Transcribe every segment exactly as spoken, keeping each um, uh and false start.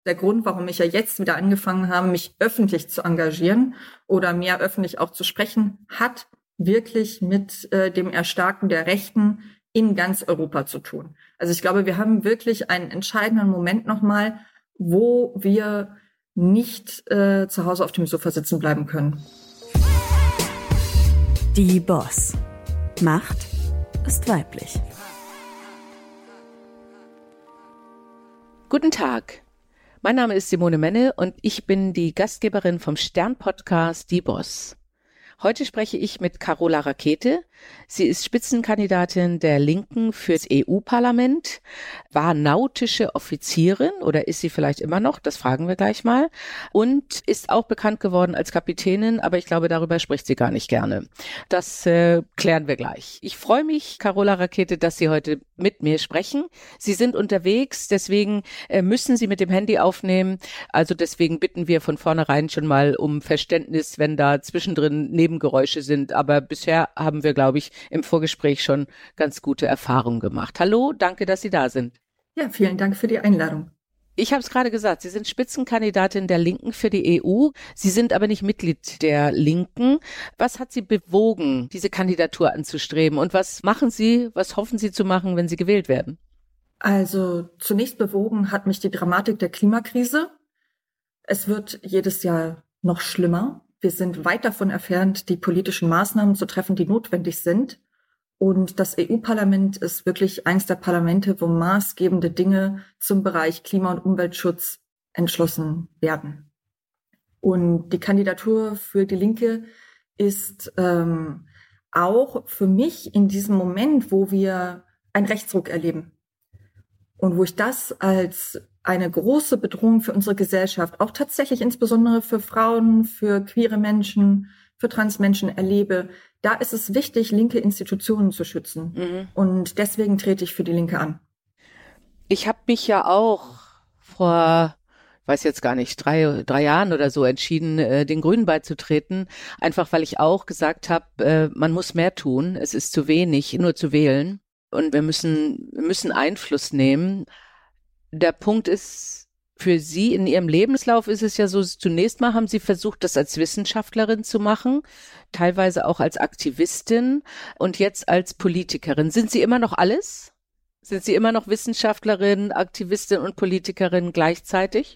der Grund, warum ich ja jetzt wieder angefangen habe, mich öffentlich zu engagieren oder mehr öffentlich auch zu sprechen, hat wirklich mit äh, dem Erstarken der Rechten in ganz Europa zu tun. Also ich glaube, wir haben wirklich einen entscheidenden Moment nochmal, wo wir nicht äh, zu Hause auf dem Sofa sitzen bleiben können. Die Boss. Macht ist weiblich. Guten Tag. Mein Name ist Simone Menne und ich bin die Gastgeberin vom Stern-Podcast Die Boss. Heute spreche ich mit Carola Rackete. Sie ist Spitzenkandidatin der Linken fürs E U-Parlament, war nautische Offizierin oder ist sie vielleicht immer noch, das fragen wir gleich mal, und ist auch bekannt geworden als Kapitänin, aber ich glaube, darüber spricht sie gar nicht gerne. Das äh, klären wir gleich. Ich freue mich, Carola Rackete, dass Sie heute mit mir sprechen. Sie sind unterwegs, deswegen äh, müssen Sie mit dem Handy aufnehmen. Also deswegen bitten wir von vornherein schon mal um Verständnis, wenn da zwischendrin Nebengeräusche sind. Aber bisher haben wir, glaube ich, im Vorgespräch schon ganz gute Erfahrungen gemacht. Hallo, danke, dass Sie da sind. Ja, vielen Dank für die Einladung. Ich habe es gerade gesagt, Sie sind Spitzenkandidatin der Linken für die E U. Sie sind aber nicht Mitglied der Linken. Was hat Sie bewogen, diese Kandidatur anzustreben? Und was machen Sie, was hoffen Sie zu machen, wenn Sie gewählt werden? Also zunächst bewogen hat mich die Dramatik der Klimakrise. Es wird jedes Jahr noch schlimmer. Wir sind weit davon entfernt, die politischen Maßnahmen zu treffen, die notwendig sind. Und das E U-Parlament ist wirklich eines der Parlamente, wo maßgebende Dinge zum Bereich Klima- und Umweltschutz entschlossen werden. Und die Kandidatur für die Linke ist ähm, auch für mich in diesem Moment, wo wir einen Rechtsruck erleben und wo ich das als eine große Bedrohung für unsere Gesellschaft, auch tatsächlich insbesondere für Frauen, für queere Menschen, für Transmenschen erlebe, da ist es wichtig, linke Institutionen zu schützen. Mhm. Und deswegen trete ich für die Linke an. Ich habe mich ja auch vor, ich weiß jetzt gar nicht, drei, drei Jahren oder so entschieden, äh, den Grünen beizutreten, einfach weil ich auch gesagt habe, äh, man muss mehr tun, es ist zu wenig, nur zu wählen. Und wir müssen, wir müssen Einfluss nehmen. Der Punkt ist, für Sie in Ihrem Lebenslauf ist es ja so, zunächst mal haben Sie versucht, das als Wissenschaftlerin zu machen, teilweise auch als Aktivistin und jetzt als Politikerin. Sind Sie immer noch alles? Sind Sie immer noch Wissenschaftlerin, Aktivistin und Politikerin gleichzeitig?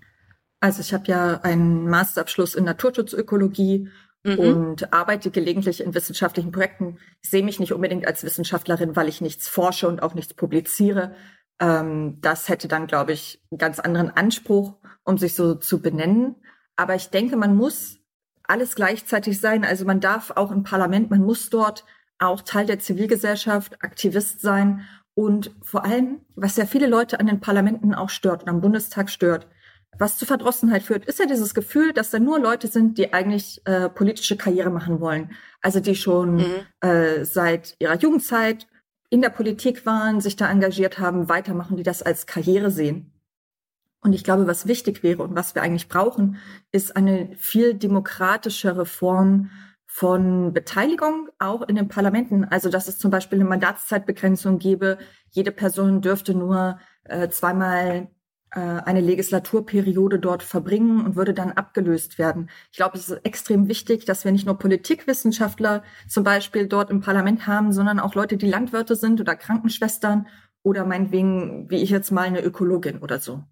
Also ich habe ja einen Masterabschluss in Naturschutzökologie mhm. und arbeite gelegentlich in wissenschaftlichen Projekten. Ich sehe mich nicht unbedingt als Wissenschaftlerin, weil ich nichts forsche und auch nichts publiziere. Ähm, das hätte dann, glaube ich, einen ganz anderen Anspruch, um sich so zu benennen. Aber ich denke, man muss alles gleichzeitig sein. Also man darf auch im Parlament, man muss dort auch Teil der Zivilgesellschaft, Aktivist sein. Und vor allem, was ja viele Leute an den Parlamenten auch stört und am Bundestag stört, was zu Verdrossenheit führt, ist ja dieses Gefühl, dass da nur Leute sind, die eigentlich äh, politische Karriere machen wollen. Also die schon mhm. äh, seit ihrer Jugendzeit in der Politik waren, sich da engagiert haben, weitermachen, die das als Karriere sehen. Und ich glaube, was wichtig wäre und was wir eigentlich brauchen, ist eine viel demokratischere Form von Beteiligung auch in den Parlamenten. Also dass es zum Beispiel eine Mandatszeitbegrenzung gäbe. Jede Person dürfte nur äh, zweimal äh, eine Legislaturperiode dort verbringen und würde dann abgelöst werden. Ich glaube, es ist extrem wichtig, dass wir nicht nur Politikwissenschaftler zum Beispiel dort im Parlament haben, sondern auch Leute, die Landwirte sind oder Krankenschwestern oder meinetwegen, wie ich jetzt mal, eine Ökologin oder so.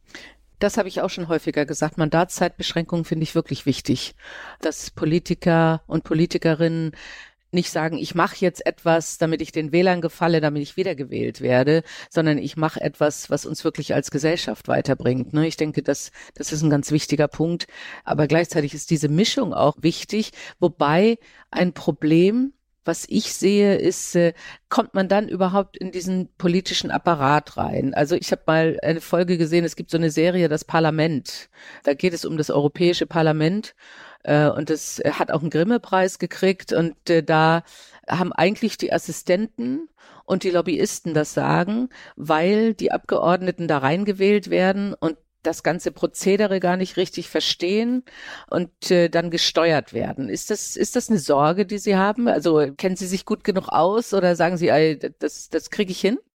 Das habe ich auch schon häufiger gesagt. Mandatszeitbeschränkungen finde ich wirklich wichtig, dass Politiker und Politikerinnen nicht sagen, ich mache jetzt etwas, damit ich den Wählern gefalle, damit ich wiedergewählt werde, sondern ich mache etwas, was uns wirklich als Gesellschaft weiterbringt. Ich denke, das, das ist ein ganz wichtiger Punkt. Aber gleichzeitig ist diese Mischung auch wichtig, wobei ein Problem, was ich sehe, ist, äh, kommt man dann überhaupt in diesen politischen Apparat rein? Also ich habe mal eine Folge gesehen, es gibt so eine Serie, das Parlament. Da geht es um das Europäische Parlament äh, und das hat auch einen Grimme-Preis gekriegt und äh, da haben eigentlich die Assistenten und die Lobbyisten das Sagen, weil die Abgeordneten da reingewählt werden und das ganze Prozedere gar nicht richtig verstehen und äh, dann gesteuert werden. Ist das, ist das eine Sorge, die Sie haben? Also kennen Sie sich gut genug aus oder sagen Sie, ey, das, das kriege ich hin?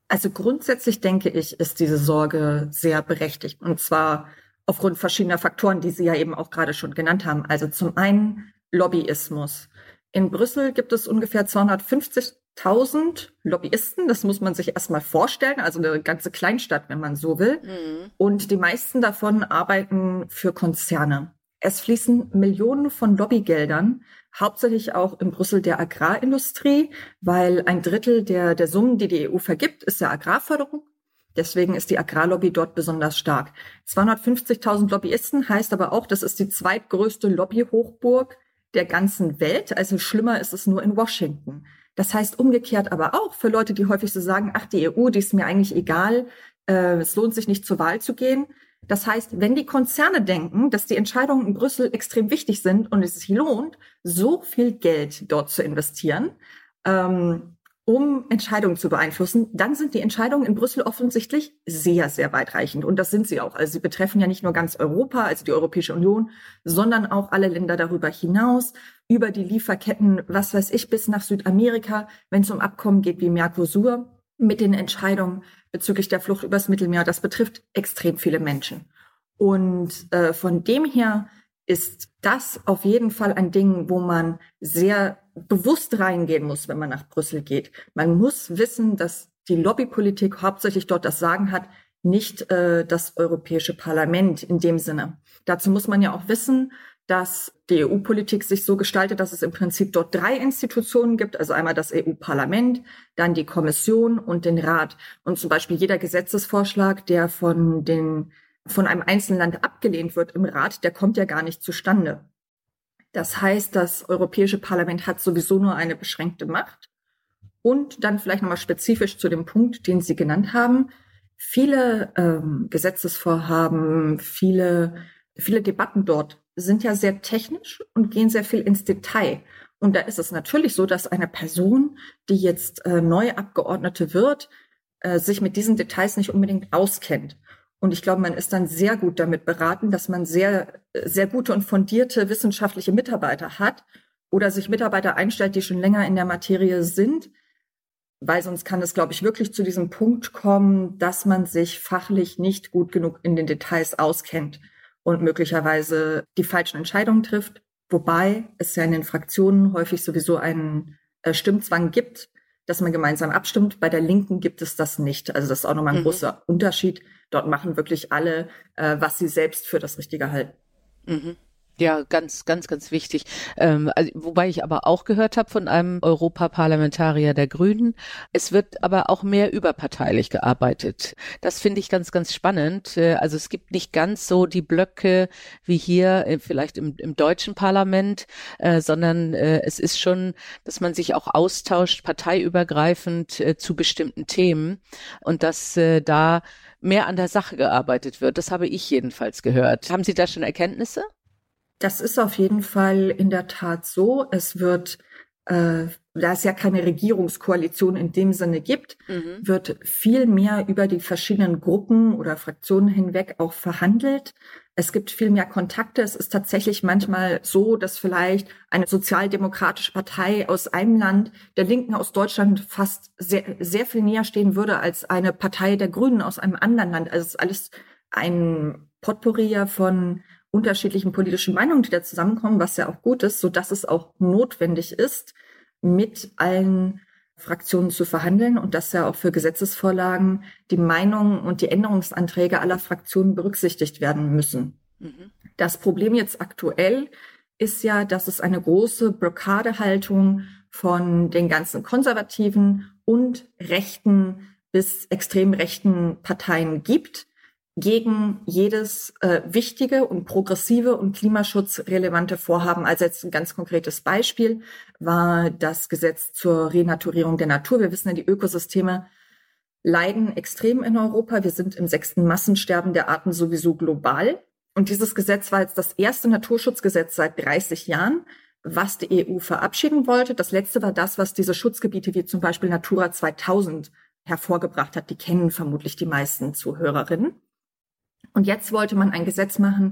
Also grundsätzlich denke ich, ist diese Sorge sehr berechtigt. Und zwar aufgrund verschiedener Faktoren, die Sie ja eben auch gerade schon genannt haben. Also zum einen Lobbyismus. In Brüssel gibt es ungefähr zweihundertfünfzigtausend Lobbyisten. Das muss man sich erstmal vorstellen. Also eine ganze Kleinstadt, wenn man so will. Mhm. Und die meisten davon arbeiten für Konzerne. Es fließen Millionen von Lobbygeldern, hauptsächlich auch in Brüssel der Agrarindustrie, weil ein Drittel der, der Summen, die die E U vergibt, ist ja Agrarförderung. Deswegen ist die Agrarlobby dort besonders stark. zweihundertfünfzigtausend Lobbyisten heißt aber auch, das ist die zweitgrößte Lobbyhochburg der ganzen Welt. Also schlimmer ist es nur in Washington. Das heißt umgekehrt aber auch für Leute, die häufig so sagen, ach, die E U, die ist mir eigentlich egal, äh, es lohnt sich nicht zur Wahl zu gehen. Das heißt, wenn die Konzerne denken, dass die Entscheidungen in Brüssel extrem wichtig sind und es sich lohnt, so viel Geld dort zu investieren, ähm, um Entscheidungen zu beeinflussen, dann sind die Entscheidungen in Brüssel offensichtlich sehr, sehr weitreichend. Und das sind sie auch. Also sie betreffen ja nicht nur ganz Europa, also die Europäische Union, sondern auch alle Länder darüber hinaus, über die Lieferketten, was weiß ich, bis nach Südamerika, wenn es um Abkommen geht wie Mercosur, mit den Entscheidungen bezüglich der Flucht übers Mittelmeer. Das betrifft extrem viele Menschen. Und äh, von dem her ist das auf jeden Fall ein Ding, wo man sehr bewusst reingehen muss, wenn man nach Brüssel geht. Man muss wissen, dass die Lobbypolitik hauptsächlich dort das Sagen hat, nicht äh, das Europäische Parlament in dem Sinne. Dazu muss man ja auch wissen, dass die E U-Politik sich so gestaltet, dass es im Prinzip dort drei Institutionen gibt, also einmal das E U-Parlament, dann die Kommission und den Rat. Und zum Beispiel jeder Gesetzesvorschlag, der von den von einem einzelnen Land abgelehnt wird im Rat, der kommt ja gar nicht zustande. Das heißt, das Europäische Parlament hat sowieso nur eine beschränkte Macht. Und dann vielleicht nochmal spezifisch zu dem Punkt, den Sie genannt haben. Viele ähm, Gesetzesvorhaben, viele, viele Debatten dort sind ja sehr technisch und gehen sehr viel ins Detail. Und da ist es natürlich so, dass eine Person, die jetzt äh, neue Abgeordnete wird, äh, sich mit diesen Details nicht unbedingt auskennt. Und ich glaube, man ist dann sehr gut damit beraten, dass man sehr, sehr gute und fundierte wissenschaftliche Mitarbeiter hat oder sich Mitarbeiter einstellt, die schon länger in der Materie sind, weil sonst kann es, glaube ich, wirklich zu diesem Punkt kommen, dass man sich fachlich nicht gut genug in den Details auskennt und möglicherweise die falschen Entscheidungen trifft, wobei es ja in den Fraktionen häufig sowieso einen äh, Stimmzwang gibt, dass man gemeinsam abstimmt. Bei der Linken gibt es das nicht. Also das ist auch nochmal ein mhm. großer Unterschied. Dort machen wirklich alle, äh, was sie selbst für das Richtige halten. Mhm. Ja, ganz, ganz, ganz wichtig. Ähm, also, wobei ich aber auch gehört habe von einem Europaparlamentarier der Grünen, es wird aber auch mehr überparteilich gearbeitet. Das finde ich ganz, ganz spannend. Also es gibt nicht ganz so die Blöcke wie hier äh, vielleicht im, im deutschen Parlament, äh, sondern äh, es ist schon, dass man sich auch austauscht, parteiübergreifend äh, zu bestimmten Themen und dass äh, da mehr an der Sache gearbeitet wird. Das habe ich jedenfalls gehört. Haben Sie da schon Erkenntnisse? Das ist auf jeden Fall in der Tat so. Es wird, äh, da es ja keine Regierungskoalition in dem Sinne gibt, mhm. wird viel mehr über die verschiedenen Gruppen oder Fraktionen hinweg auch verhandelt. Es gibt viel mehr Kontakte. Es ist tatsächlich manchmal so, dass vielleicht eine sozialdemokratische Partei aus einem Land der Linken aus Deutschland fast sehr, sehr viel näher stehen würde als eine Partei der Grünen aus einem anderen Land. Also es ist alles ein Potpourri von unterschiedlichen politischen Meinungen, die da zusammenkommen, was ja auch gut ist, so dass es auch notwendig ist, mit allen Fraktionen zu verhandeln und dass ja auch für Gesetzesvorlagen die Meinungen und die Änderungsanträge aller Fraktionen berücksichtigt werden müssen. Mhm. Das Problem jetzt aktuell ist ja, dass es eine große Blockadehaltung von den ganzen konservativen und rechten bis extrem rechten Parteien gibt, gegen jedes äh, wichtige und progressive und klimaschutzrelevante Vorhaben. Also jetzt ein ganz konkretes Beispiel war das Gesetz zur Renaturierung der Natur. Wir wissen ja, die Ökosysteme leiden extrem in Europa. Wir sind im sechsten Massensterben der Arten sowieso global. Und dieses Gesetz war jetzt das erste Naturschutzgesetz seit dreißig Jahren, was die E U verabschieden wollte. Das letzte war das, was diese Schutzgebiete wie zum Beispiel Natura zweitausend hervorgebracht hat. Die kennen vermutlich die meisten Zuhörerinnen. Und jetzt wollte man ein Gesetz machen,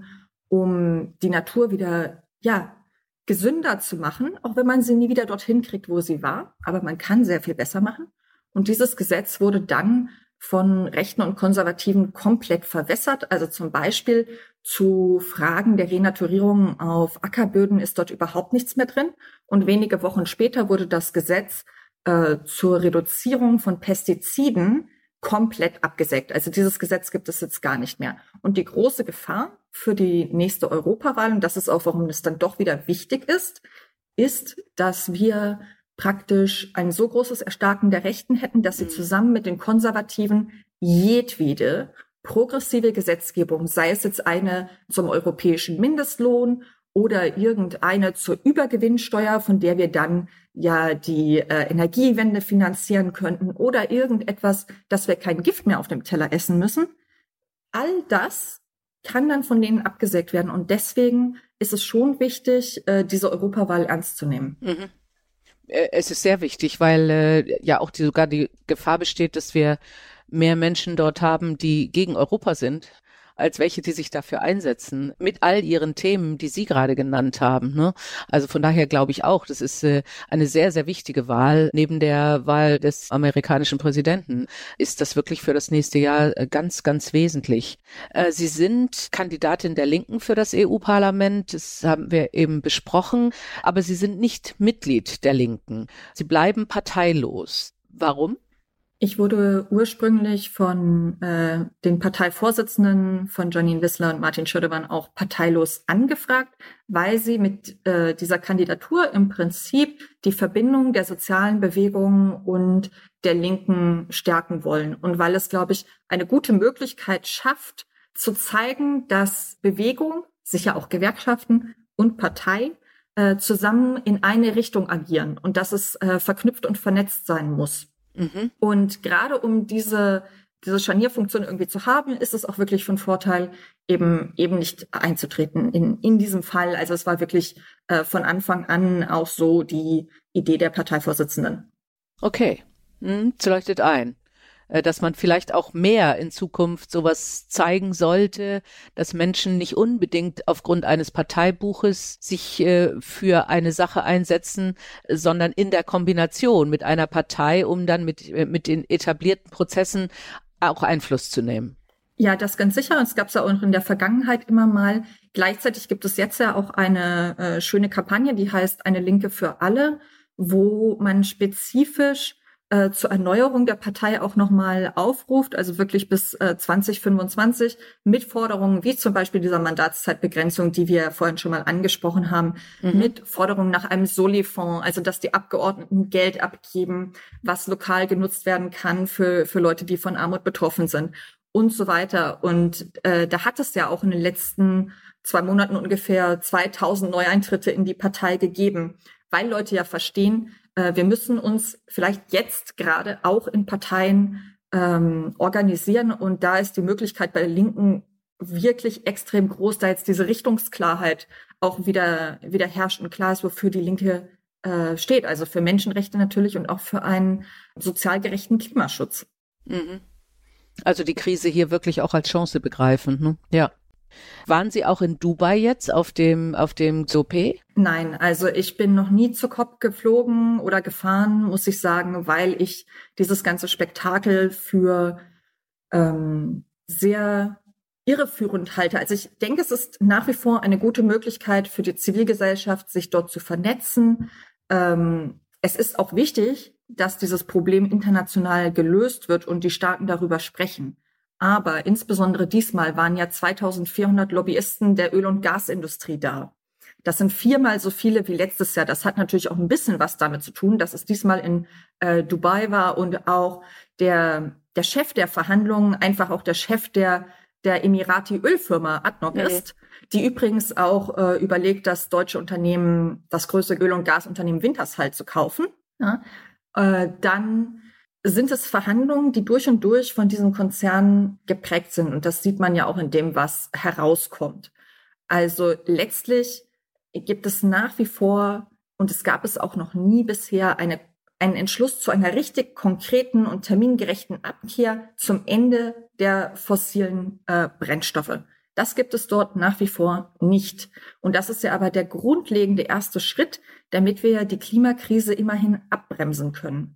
um die Natur wieder, ja, gesünder zu machen, auch wenn man sie nie wieder dorthin kriegt, wo sie war. Aber man kann sehr viel besser machen. Und dieses Gesetz wurde dann von Rechten und Konservativen komplett verwässert. Also zum Beispiel zu Fragen der Renaturierung auf Ackerböden ist dort überhaupt nichts mehr drin. Und wenige Wochen später wurde das Gesetz äh, zur Reduzierung von Pestiziden komplett abgesägt. Also dieses Gesetz gibt es jetzt gar nicht mehr. Und die große Gefahr für die nächste Europawahl, und das ist auch, warum es dann doch wieder wichtig ist, ist, dass wir praktisch ein so großes Erstarken der Rechten hätten, dass sie zusammen mit den Konservativen jedwede progressive Gesetzgebung, sei es jetzt eine zum europäischen Mindestlohn oder irgendeine zur Übergewinnsteuer, von der wir dann ja die äh, Energiewende finanzieren könnten, oder irgendetwas, dass wir kein Gift mehr auf dem Teller essen müssen. All das kann dann von denen abgesägt werden. Und deswegen ist es schon wichtig, äh, diese Europawahl ernst zu nehmen. Mhm. Es ist sehr wichtig, weil äh, ja auch die, sogar die Gefahr besteht, dass wir mehr Menschen dort haben, die gegen Europa sind, als welche, die sich dafür einsetzen, mit all ihren Themen, die Sie gerade genannt haben. Ne? Also von daher glaube ich auch, das ist äh, eine sehr, sehr wichtige Wahl. Neben der Wahl des amerikanischen Präsidenten ist das wirklich für das nächste Jahr äh, ganz, ganz wesentlich. Äh, Sie sind Kandidatin der Linken für das E U-Parlament, das haben wir eben besprochen, aber Sie sind nicht Mitglied der Linken. Sie bleiben parteilos. Warum? Ich wurde ursprünglich von äh, den Parteivorsitzenden von Janine Wissler und Martin Schirdewan auch parteilos angefragt, weil sie mit äh, dieser Kandidatur im Prinzip die Verbindung der sozialen Bewegungen und der Linken stärken wollen. Und weil es, glaube ich, eine gute Möglichkeit schafft, zu zeigen, dass Bewegung, sicher auch Gewerkschaften und Partei, äh, zusammen in eine Richtung agieren und dass es äh, verknüpft und vernetzt sein muss. Mhm. Und gerade um diese, diese Scharnierfunktion irgendwie zu haben, ist es auch wirklich von Vorteil, eben, eben nicht einzutreten in, in diesem Fall. Also es war wirklich äh, von Anfang an auch so die Idee der Parteivorsitzenden. Okay, hm, das leuchtet ein, dass man vielleicht auch mehr in Zukunft sowas zeigen sollte, dass Menschen nicht unbedingt aufgrund eines Parteibuches sich äh, für eine Sache einsetzen, sondern in der Kombination mit einer Partei, um dann mit, mit den etablierten Prozessen auch Einfluss zu nehmen. Ja, das ganz sicher. Und es gab es ja auch in der Vergangenheit immer mal. Gleichzeitig gibt es jetzt ja auch eine äh, schöne Kampagne, die heißt Eine Linke für alle, wo man spezifisch Äh, zur Erneuerung der Partei auch nochmal aufruft, also wirklich bis äh, zwanzig fünfundzwanzig mit Forderungen wie zum Beispiel dieser Mandatszeitbegrenzung, die wir vorhin schon mal angesprochen haben, mhm. mit Forderungen nach einem Soli-Fonds, also dass die Abgeordneten Geld abgeben, was lokal genutzt werden kann für für Leute, die von Armut betroffen sind und so weiter. Und äh, da hat es ja auch in den letzten zwei Monaten ungefähr zweitausend Neueintritte in die Partei gegeben, weil Leute ja verstehen, wir müssen uns vielleicht jetzt gerade auch in Parteien ähm, organisieren. Und da ist die Möglichkeit bei der Linken wirklich extrem groß, da jetzt diese Richtungsklarheit auch wieder, wieder herrscht und klar ist, wofür die Linke äh, steht. Also für Menschenrechte natürlich und auch für einen sozial gerechten Klimaschutz. Mhm. Also die Krise hier wirklich auch als Chance begreifen. Ne? Ja. Waren Sie auch in Dubai jetzt auf dem auf dem C O P? Nein, also ich bin noch nie zur COP geflogen oder gefahren, muss ich sagen, weil ich dieses ganze Spektakel für ähm, sehr irreführend halte. Also ich denke, es ist nach wie vor eine gute Möglichkeit für die Zivilgesellschaft, sich dort zu vernetzen. Ähm, es ist auch wichtig, dass dieses Problem international gelöst wird und die Staaten darüber sprechen. Aber insbesondere diesmal waren ja zweitausendvierhundert Lobbyisten der Öl- und Gasindustrie da. Das sind viermal so viele wie letztes Jahr. Das hat natürlich auch ein bisschen was damit zu tun, dass es diesmal in äh, Dubai war und auch der der Chef der Verhandlungen einfach auch der Chef der der Emirati-Ölfirma A D N O C mhm. ist, die übrigens auch äh, überlegt, das deutsche Unternehmen, das größte Öl- und Gasunternehmen Wintershall zu kaufen. Ja? Äh, dann sind es Verhandlungen, die durch und durch von diesem Konzern geprägt sind. Und das sieht man ja auch in dem, was herauskommt. Also letztlich gibt es nach wie vor, und es gab es auch noch nie bisher, eine, einen Entschluss zu einer richtig konkreten und termingerechten Abkehr zum Ende der fossilen äh, Brennstoffe. Das gibt es dort nach wie vor nicht. Und das ist ja aber der grundlegende erste Schritt, damit wir die Klimakrise immerhin abbremsen können.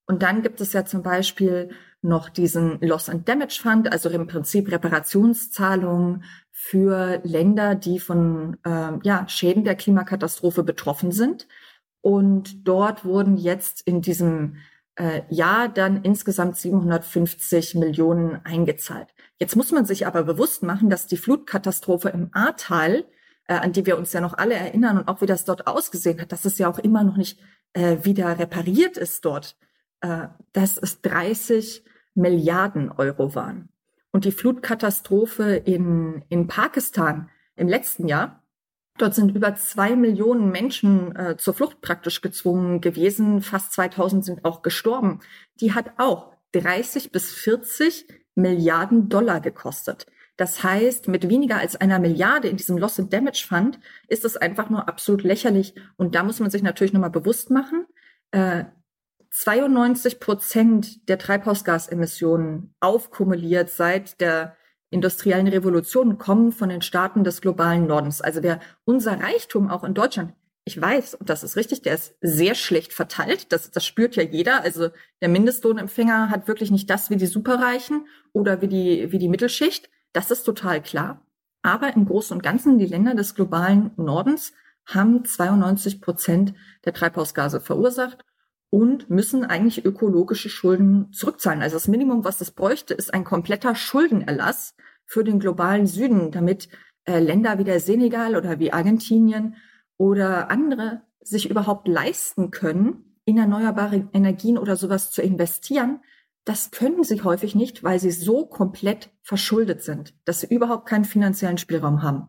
Und dann gibt es ja zum Beispiel noch diesen Loss and Damage Fund, also im Prinzip Reparationszahlungen für Länder, die von äh, ja, Schäden der Klimakatastrophe betroffen sind. Und dort wurden jetzt in diesem äh, Jahr dann insgesamt siebenhundertfünfzig Millionen eingezahlt. Jetzt muss man sich aber bewusst machen, dass die Flutkatastrophe im Ahrtal, äh, an die wir uns ja noch alle erinnern und auch wie das dort ausgesehen hat, dass es ja auch immer noch nicht äh, wieder repariert ist dort, äh, dass es dreißig Milliarden Euro waren. Und die Flutkatastrophe in, in Pakistan im letzten Jahr, dort sind über zwei Millionen Menschen äh, zur Flucht praktisch gezwungen gewesen. Fast zweitausend sind auch gestorben. Die hat auch dreißig bis vierzig Milliarden Dollar gekostet. Das heißt, mit weniger als einer Milliarde in diesem Loss and Damage Fund ist es einfach nur absolut lächerlich. Und da muss man sich natürlich nochmal bewusst machen, äh, zweiundneunzig Prozent der Treibhausgasemissionen aufkumuliert seit der industriellen Revolution kommen von den Staaten des globalen Nordens. Also der, unser Reichtum auch in Deutschland, ich weiß, und das ist richtig, der ist sehr schlecht verteilt. Das, das spürt ja jeder. Also der Mindestlohnempfänger hat wirklich nicht das wie die Superreichen oder wie die, wie die Mittelschicht. Das ist total klar. Aber im Großen und Ganzen, die Länder des globalen Nordens haben zweiundneunzig Prozent der Treibhausgase verursacht und müssen eigentlich ökologische Schulden zurückzahlen. Also das Minimum, was es bräuchte, ist ein kompletter Schuldenerlass für den globalen Süden, damit äh, Länder wie der Senegal oder wie Argentinien oder andere sich überhaupt leisten können, in erneuerbare Energien oder sowas zu investieren. Das können sie häufig nicht, weil sie so komplett verschuldet sind, dass sie überhaupt keinen finanziellen Spielraum haben.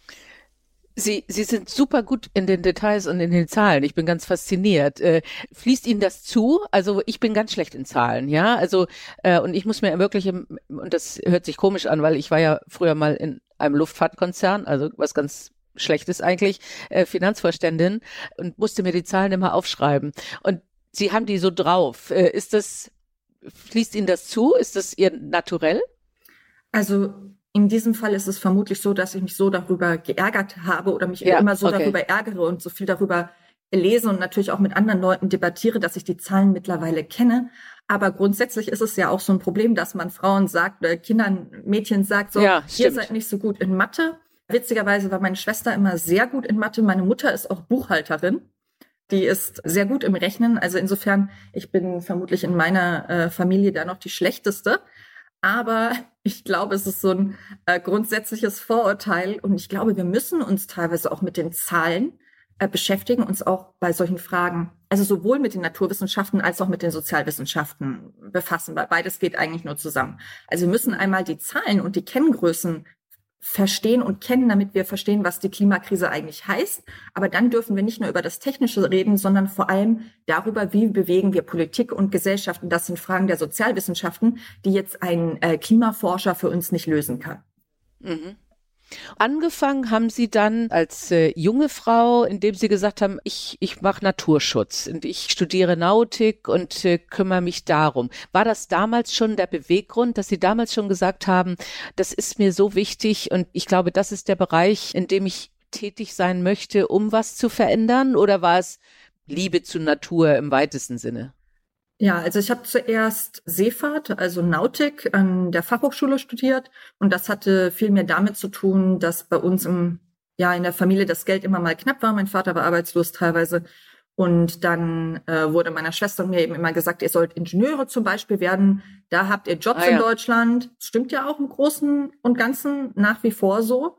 Sie, Sie sind super gut in den Details und in den Zahlen. Ich bin ganz fasziniert. Äh, fließt Ihnen das zu? Also ich bin ganz schlecht in Zahlen, ja. Also äh, und ich muss mir wirklich, im, und das hört sich komisch an, weil ich war ja früher mal in einem Luftfahrtkonzern, also was ganz Schlechtes eigentlich, äh, Finanzvorständin und musste mir die Zahlen immer aufschreiben. Und Sie haben die so drauf. Äh, ist das, fließt Ihnen das zu? Ist das Ihr Naturell? Also in diesem Fall ist es vermutlich so, dass ich mich so darüber geärgert habe oder mich ja, immer so okay. darüber ärgere und so viel darüber lese und natürlich auch mit anderen Leuten debattiere, dass ich die Zahlen mittlerweile kenne. Aber grundsätzlich ist es ja auch so ein Problem, dass man Frauen sagt, äh, Kindern, Mädchen sagt so, ja, ihr seid nicht so gut in Mathe. Witzigerweise war meine Schwester immer sehr gut in Mathe. Meine Mutter ist auch Buchhalterin. Die ist sehr gut im Rechnen. Also insofern, ich bin vermutlich in meiner äh, Familie da noch die Schlechteste. Aber ich glaube, es ist so ein äh, grundsätzliches Vorurteil. Und ich glaube, wir müssen uns teilweise auch mit den Zahlen äh, beschäftigen, uns auch bei solchen Fragen, also sowohl mit den Naturwissenschaften als auch mit den Sozialwissenschaften befassen, weil beides geht eigentlich nur zusammen. Also wir müssen einmal die Zahlen und die Kenngrößen verstehen und kennen, damit wir verstehen, was die Klimakrise eigentlich heißt. Aber dann dürfen wir nicht nur über das Technische reden, sondern vor allem darüber, wie bewegen wir Politik und Gesellschaft. Und das sind Fragen der Sozialwissenschaften, die jetzt ein äh, Klimaforscher für uns nicht lösen kann. Mhm. Angefangen haben Sie dann als äh, junge Frau, indem Sie gesagt haben, ich ich mache Naturschutz und ich studiere Nautik und äh, kümmere mich darum. War das damals schon der Beweggrund, dass Sie damals schon gesagt haben, das ist mir so wichtig und ich glaube, das ist der Bereich, in dem ich tätig sein möchte, um was zu verändern? Oder war es Liebe zur Natur im weitesten Sinne? Ja, also ich habe zuerst Seefahrt, also Nautik, an der Fachhochschule studiert und das hatte viel mehr damit zu tun, dass bei uns im, ja, in der Familie das Geld immer mal knapp war. Mein Vater war arbeitslos teilweise und dann äh, wurde meiner Schwester und mir eben immer gesagt, ihr sollt Ingenieure zum Beispiel werden, da habt ihr Jobs ah, ja. in Deutschland. Das stimmt ja auch im Großen und Ganzen nach wie vor so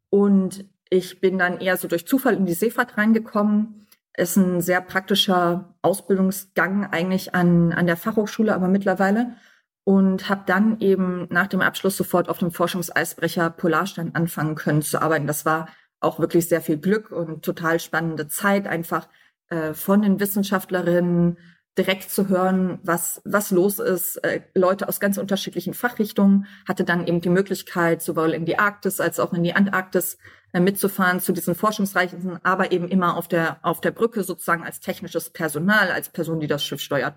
und ich bin dann eher so durch Zufall in die Seefahrt reingekommen. Ist ein sehr praktischer Ausbildungsgang eigentlich an, an der Fachhochschule, aber mittlerweile. Und habe dann eben nach dem Abschluss sofort auf dem Forschungseisbrecher Polarstern anfangen können zu arbeiten. Das war auch wirklich sehr viel Glück und total spannende Zeit, einfach äh, von den Wissenschaftlerinnen direkt zu hören, was was los ist. Äh, Leute aus ganz unterschiedlichen Fachrichtungen, hatte dann eben die Möglichkeit, sowohl in die Arktis als auch in die Antarktis äh, mitzufahren zu diesen Forschungsreisen, aber eben immer auf der auf der Brücke sozusagen als technisches Personal, als Person, die das Schiff steuert.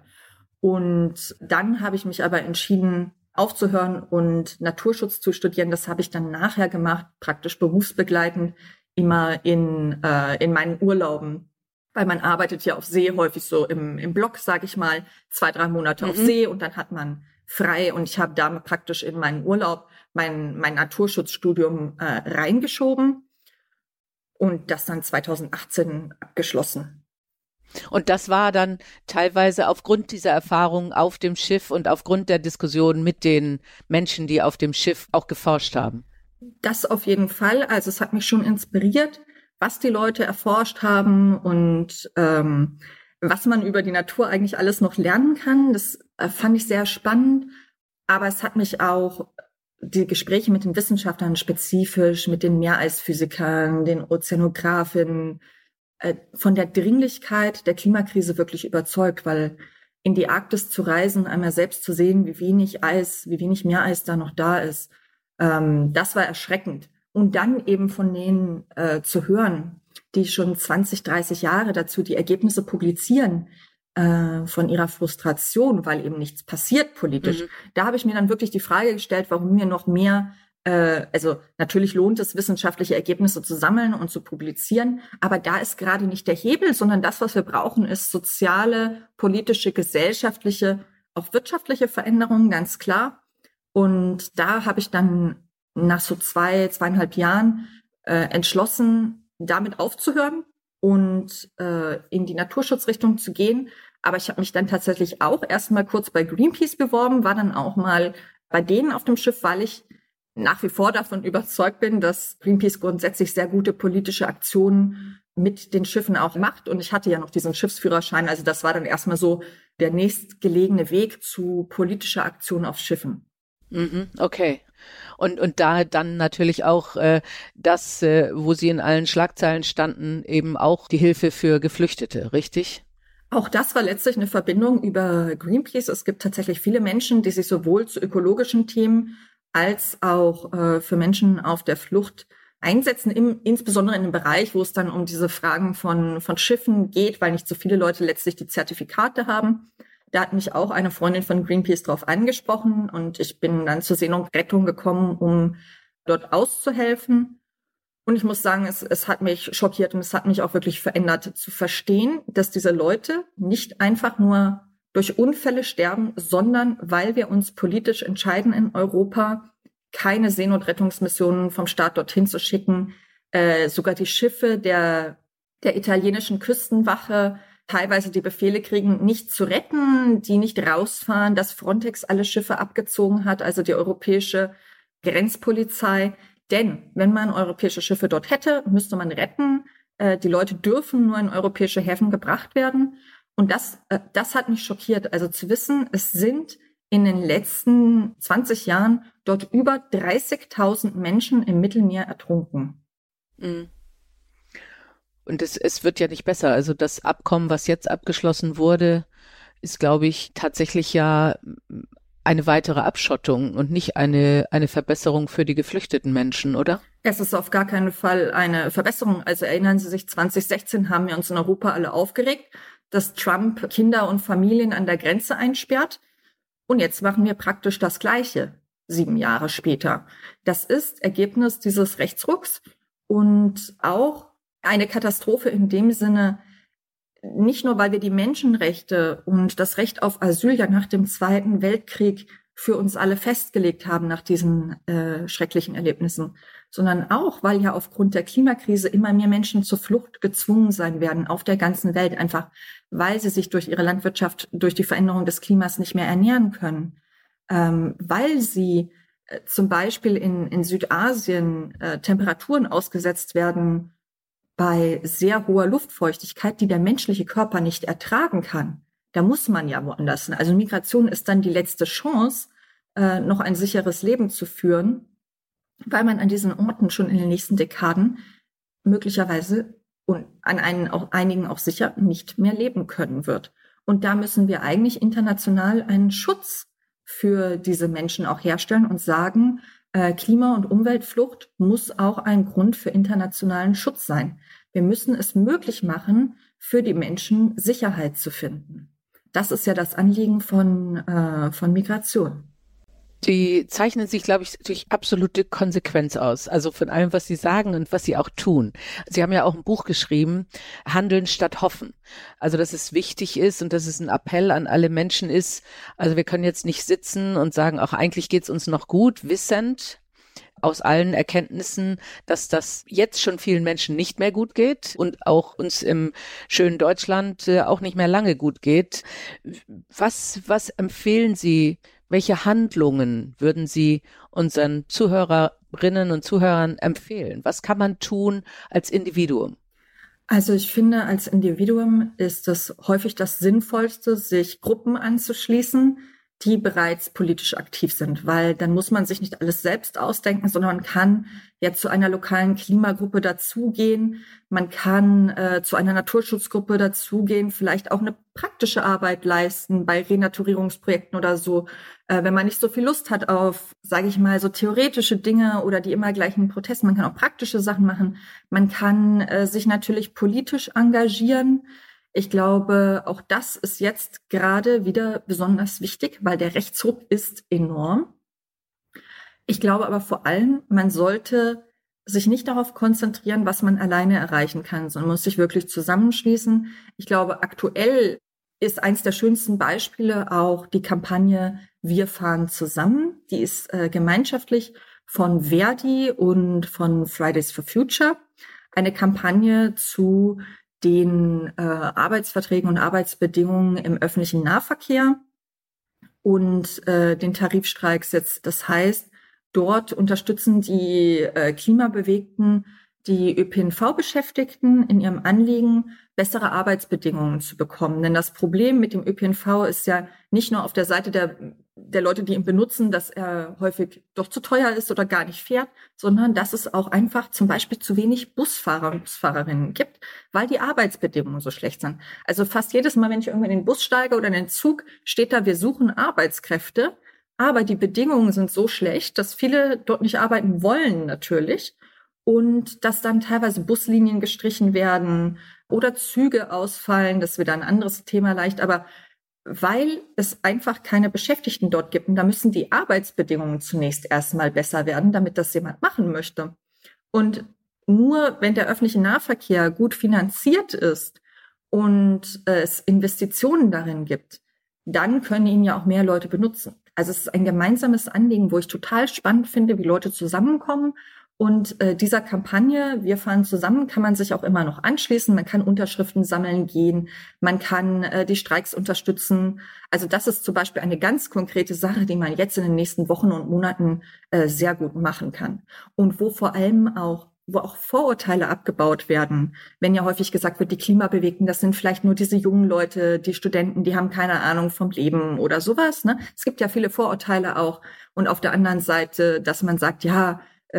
Und dann habe ich mich aber entschieden, aufzuhören und Naturschutz zu studieren. Das habe ich dann nachher gemacht, praktisch berufsbegleitend, immer in äh, in meinen Urlauben. weil man arbeitet ja auf See häufig so im, im Block, sage ich mal, zwei, drei Monate mhm. auf See und dann hat man frei. Und ich habe da praktisch in meinen Urlaub mein, mein Naturschutzstudium äh, reingeschoben und das dann zweitausendachtzehn abgeschlossen. Und das war dann teilweise aufgrund dieser Erfahrungen auf dem Schiff und aufgrund der Diskussion mit den Menschen, die auf dem Schiff auch geforscht haben. Das auf jeden Fall. Also es hat mich schon inspiriert, was die Leute erforscht haben und ähm, was man über die Natur eigentlich alles noch lernen kann. Das äh, fand ich sehr spannend. Aber es hat mich auch die Gespräche mit den Wissenschaftlern spezifisch, mit den Meereisphysikern, den Ozeanografinnen, äh, von der Dringlichkeit der Klimakrise wirklich überzeugt, weil in die Arktis zu reisen, einmal selbst zu sehen, wie wenig Eis, wie wenig Meereis da noch da ist, ähm, das war erschreckend. Und dann eben von denen äh, zu hören, die schon zwanzig, dreißig Jahre dazu die Ergebnisse publizieren, äh, von ihrer Frustration, weil eben nichts passiert politisch. Mhm. Da habe ich mir dann wirklich die Frage gestellt, warum wir noch mehr, äh, also natürlich lohnt es, wissenschaftliche Ergebnisse zu sammeln und zu publizieren, aber da ist gerade nicht der Hebel, sondern das, was wir brauchen, ist soziale, politische, gesellschaftliche, auch wirtschaftliche Veränderungen, ganz klar. Und da habe ich dann nach so zwei, zweieinhalb Jahren äh, entschlossen, damit aufzuhören und äh, in die Naturschutzrichtung zu gehen. Aber ich habe mich dann tatsächlich auch erstmal kurz bei Greenpeace beworben, war dann auch mal bei denen auf dem Schiff, weil ich nach wie vor davon überzeugt bin, dass Greenpeace grundsätzlich sehr gute politische Aktionen mit den Schiffen auch macht. Und ich hatte ja noch diesen Schiffsführerschein. Also das war dann erstmal so der nächstgelegene Weg zu politischer Aktion auf Schiffen. Mhm, okay. Und und da dann natürlich auch äh, das, äh, wo Sie in allen Schlagzeilen standen, eben auch die Hilfe für Geflüchtete, richtig? Auch das war letztlich eine Verbindung über Greenpeace. Es gibt tatsächlich viele Menschen, die sich sowohl zu ökologischen Themen als auch äh, für Menschen auf der Flucht einsetzen, im, insbesondere in dem Bereich, wo es dann um diese Fragen von von Schiffen geht, weil nicht so viele Leute letztlich die Zertifikate haben. Da hat mich auch eine Freundin von Greenpeace drauf angesprochen und ich bin dann zur Seenotrettung gekommen, um dort auszuhelfen. Und ich muss sagen, es, es hat mich schockiert und es hat mich auch wirklich verändert, zu verstehen, dass diese Leute nicht einfach nur durch Unfälle sterben, sondern weil wir uns politisch entscheiden in Europa, keine Seenotrettungsmissionen vom Staat dorthin zu schicken. Äh, sogar die Schiffe der, der italienischen Küstenwache teilweise die Befehle kriegen, nicht zu retten, die nicht rausfahren, dass Frontex alle Schiffe abgezogen hat, also die europäische Grenzpolizei. Denn wenn man europäische Schiffe dort hätte, müsste man retten. Äh, die Leute dürfen nur in europäische Häfen gebracht werden. Und das, äh, das hat mich schockiert. Also zu wissen, es sind in den letzten zwanzig Jahren dort über dreißigtausend Menschen im Mittelmeer ertrunken. Mhm. Und es, es wird ja nicht besser. Also das Abkommen, was jetzt abgeschlossen wurde, ist, glaube ich, tatsächlich ja eine weitere Abschottung und nicht eine, eine Verbesserung für die geflüchteten Menschen, oder? Es ist auf gar keinen Fall eine Verbesserung. Also erinnern Sie sich, zwanzig sechzehn haben wir uns in Europa alle aufgeregt, dass Trump Kinder und Familien an der Grenze einsperrt. Und jetzt machen wir praktisch das Gleiche, sieben Jahre später. Das ist Ergebnis dieses Rechtsrucks und auch eine Katastrophe in dem Sinne, nicht nur, weil wir die Menschenrechte und das Recht auf Asyl ja nach dem Zweiten Weltkrieg für uns alle festgelegt haben nach diesen äh, schrecklichen Erlebnissen, sondern auch, weil ja aufgrund der Klimakrise immer mehr Menschen zur Flucht gezwungen sein werden auf der ganzen Welt, einfach weil sie sich durch ihre Landwirtschaft, durch die Veränderung des Klimas nicht mehr ernähren können, ähm, weil sie äh, zum Beispiel in, in Südasien äh, Temperaturen ausgesetzt werden, bei sehr hoher Luftfeuchtigkeit, die der menschliche Körper nicht ertragen kann. Da muss man ja woanders hin. Also Migration ist dann die letzte Chance, äh, noch ein sicheres Leben zu führen, weil man an diesen Orten schon in den nächsten Dekaden möglicherweise und an einen, auch einigen auch sicher nicht mehr leben können wird. Und da müssen wir eigentlich international einen Schutz für diese Menschen auch herstellen und sagen, Klima- und Umweltflucht muss auch ein Grund für internationalen Schutz sein. Wir müssen es möglich machen, für die Menschen Sicherheit zu finden. Das ist ja das Anliegen von, äh, von Migration. Die zeichnen sich, glaube ich, durch absolute Konsequenz aus. Also von allem, was sie sagen und was sie auch tun. Sie haben ja auch ein Buch geschrieben, Handeln statt Hoffen. Also, dass es wichtig ist und dass es ein Appell an alle Menschen ist. Also wir können jetzt nicht sitzen und sagen, auch eigentlich geht's uns noch gut, wissend aus allen Erkenntnissen, dass das jetzt schon vielen Menschen nicht mehr gut geht und auch uns im schönen Deutschland äh, auch nicht mehr lange gut geht. Was, was empfehlen Sie? Welche Handlungen würden Sie unseren Zuhörerinnen und Zuhörern empfehlen? Was kann man tun als Individuum? Also ich finde, als Individuum ist es häufig das Sinnvollste, sich Gruppen anzuschließen, die bereits politisch aktiv sind, weil dann muss man sich nicht alles selbst ausdenken, sondern man kann ja zu einer lokalen Klimagruppe dazugehen, man kann äh, zu einer Naturschutzgruppe dazugehen, vielleicht auch eine praktische Arbeit leisten bei Renaturierungsprojekten oder so. Äh, wenn man nicht so viel Lust hat auf, sage ich mal, so theoretische Dinge oder die immer gleichen Proteste, man kann auch praktische Sachen machen, man kann äh, sich natürlich politisch engagieren. Ich glaube, auch das ist jetzt gerade wieder besonders wichtig, weil der Rechtsruck ist enorm. Ich glaube aber vor allem, man sollte sich nicht darauf konzentrieren, was man alleine erreichen kann, sondern muss sich wirklich zusammenschließen. Ich glaube, aktuell ist eins der schönsten Beispiele auch die Kampagne Wir fahren zusammen. Die ist äh, gemeinschaftlich von Verdi und von Fridays for Future. Eine Kampagne zu den äh, Arbeitsverträgen und Arbeitsbedingungen im öffentlichen Nahverkehr und äh, den Tarifstreiks jetzt. Das heißt, dort unterstützen die äh, Klimabewegten die Ö P N V-Beschäftigten in ihrem Anliegen, bessere Arbeitsbedingungen zu bekommen. Denn das Problem mit dem Ö P N V ist ja nicht nur auf der Seite der, der Leute, die ihn benutzen, dass er häufig doch zu teuer ist oder gar nicht fährt, sondern dass es auch einfach zum Beispiel zu wenig Busfahrer und Busfahrerinnen gibt, weil die Arbeitsbedingungen so schlecht sind. Also fast jedes Mal, wenn ich irgendwann in den Bus steige oder in den Zug, steht da, wir suchen Arbeitskräfte, aber die Bedingungen sind so schlecht, dass viele dort nicht arbeiten wollen natürlich. Und dass dann teilweise Buslinien gestrichen werden oder Züge ausfallen, das ist wieder ein anderes Thema leicht, aber weil es einfach keine Beschäftigten dort gibt und da müssen die Arbeitsbedingungen zunächst erstmal besser werden, damit das jemand machen möchte. Und nur wenn der öffentliche Nahverkehr gut finanziert ist und es Investitionen darin gibt, dann können ihn ja auch mehr Leute benutzen. Also es ist ein gemeinsames Anliegen, wo ich total spannend finde, wie Leute zusammenkommen. Und äh, dieser Kampagne, wir fahren zusammen, kann man sich auch immer noch anschließen. Man kann Unterschriften sammeln gehen, man kann äh, die Streiks unterstützen. Also das ist zum Beispiel eine ganz konkrete Sache, die man jetzt in den nächsten Wochen und Monaten äh, sehr gut machen kann. Und wo vor allem auch, wo auch Vorurteile abgebaut werden. Wenn ja häufig gesagt wird, die Klimabewegten, das sind vielleicht nur diese jungen Leute, die Studenten, die haben keine Ahnung vom Leben oder sowas. Ne? Es gibt ja viele Vorurteile auch. Und auf der anderen Seite, dass man sagt, ja,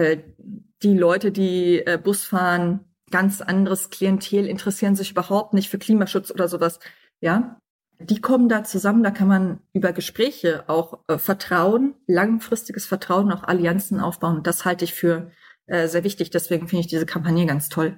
die Leute, die äh, Bus fahren, ganz anderes Klientel, interessieren sich überhaupt nicht für Klimaschutz oder sowas. Ja, die kommen da zusammen, da kann man über Gespräche auch äh, Vertrauen, langfristiges Vertrauen, auch Allianzen aufbauen. Und das halte ich für äh, sehr wichtig. Deswegen finde ich diese Kampagne ganz toll.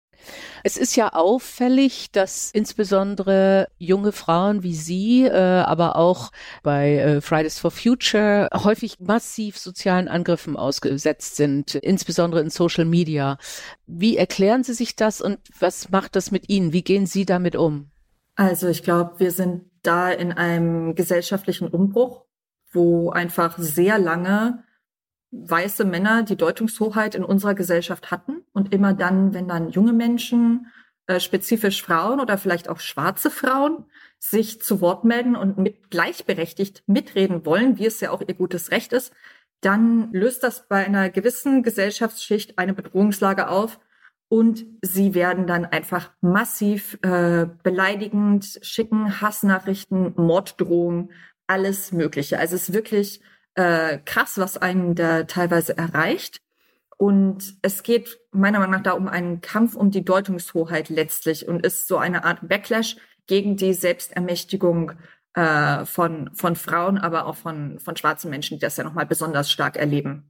Es ist ja auffällig, dass insbesondere junge Frauen wie Sie, äh, aber auch bei äh, Fridays for Future häufig massiv sozialen Angriffen ausgesetzt sind, insbesondere in Social Media. Wie erklären Sie sich das und was macht das mit Ihnen? Wie gehen Sie damit um? Also ich glaube, wir sind da in einem gesellschaftlichen Umbruch, wo einfach sehr lange weiße Männer die Deutungshoheit in unserer Gesellschaft hatten und immer dann, wenn dann junge Menschen, äh, spezifisch Frauen oder vielleicht auch schwarze Frauen, sich zu Wort melden und mit gleichberechtigt mitreden wollen, wie es ja auch ihr gutes Recht ist, dann löst das bei einer gewissen Gesellschaftsschicht eine Bedrohungslage auf und sie werden dann einfach massiv äh, beleidigend, schicken Hassnachrichten, Morddrohungen, alles Mögliche. Also es ist wirklich Äh, krass, was einen da teilweise erreicht. Und es geht meiner Meinung nach da um einen Kampf um die Deutungshoheit letztlich und ist so eine Art Backlash gegen die Selbstermächtigung äh, von von Frauen, aber auch von von schwarzen Menschen, die das ja nochmal besonders stark erleben.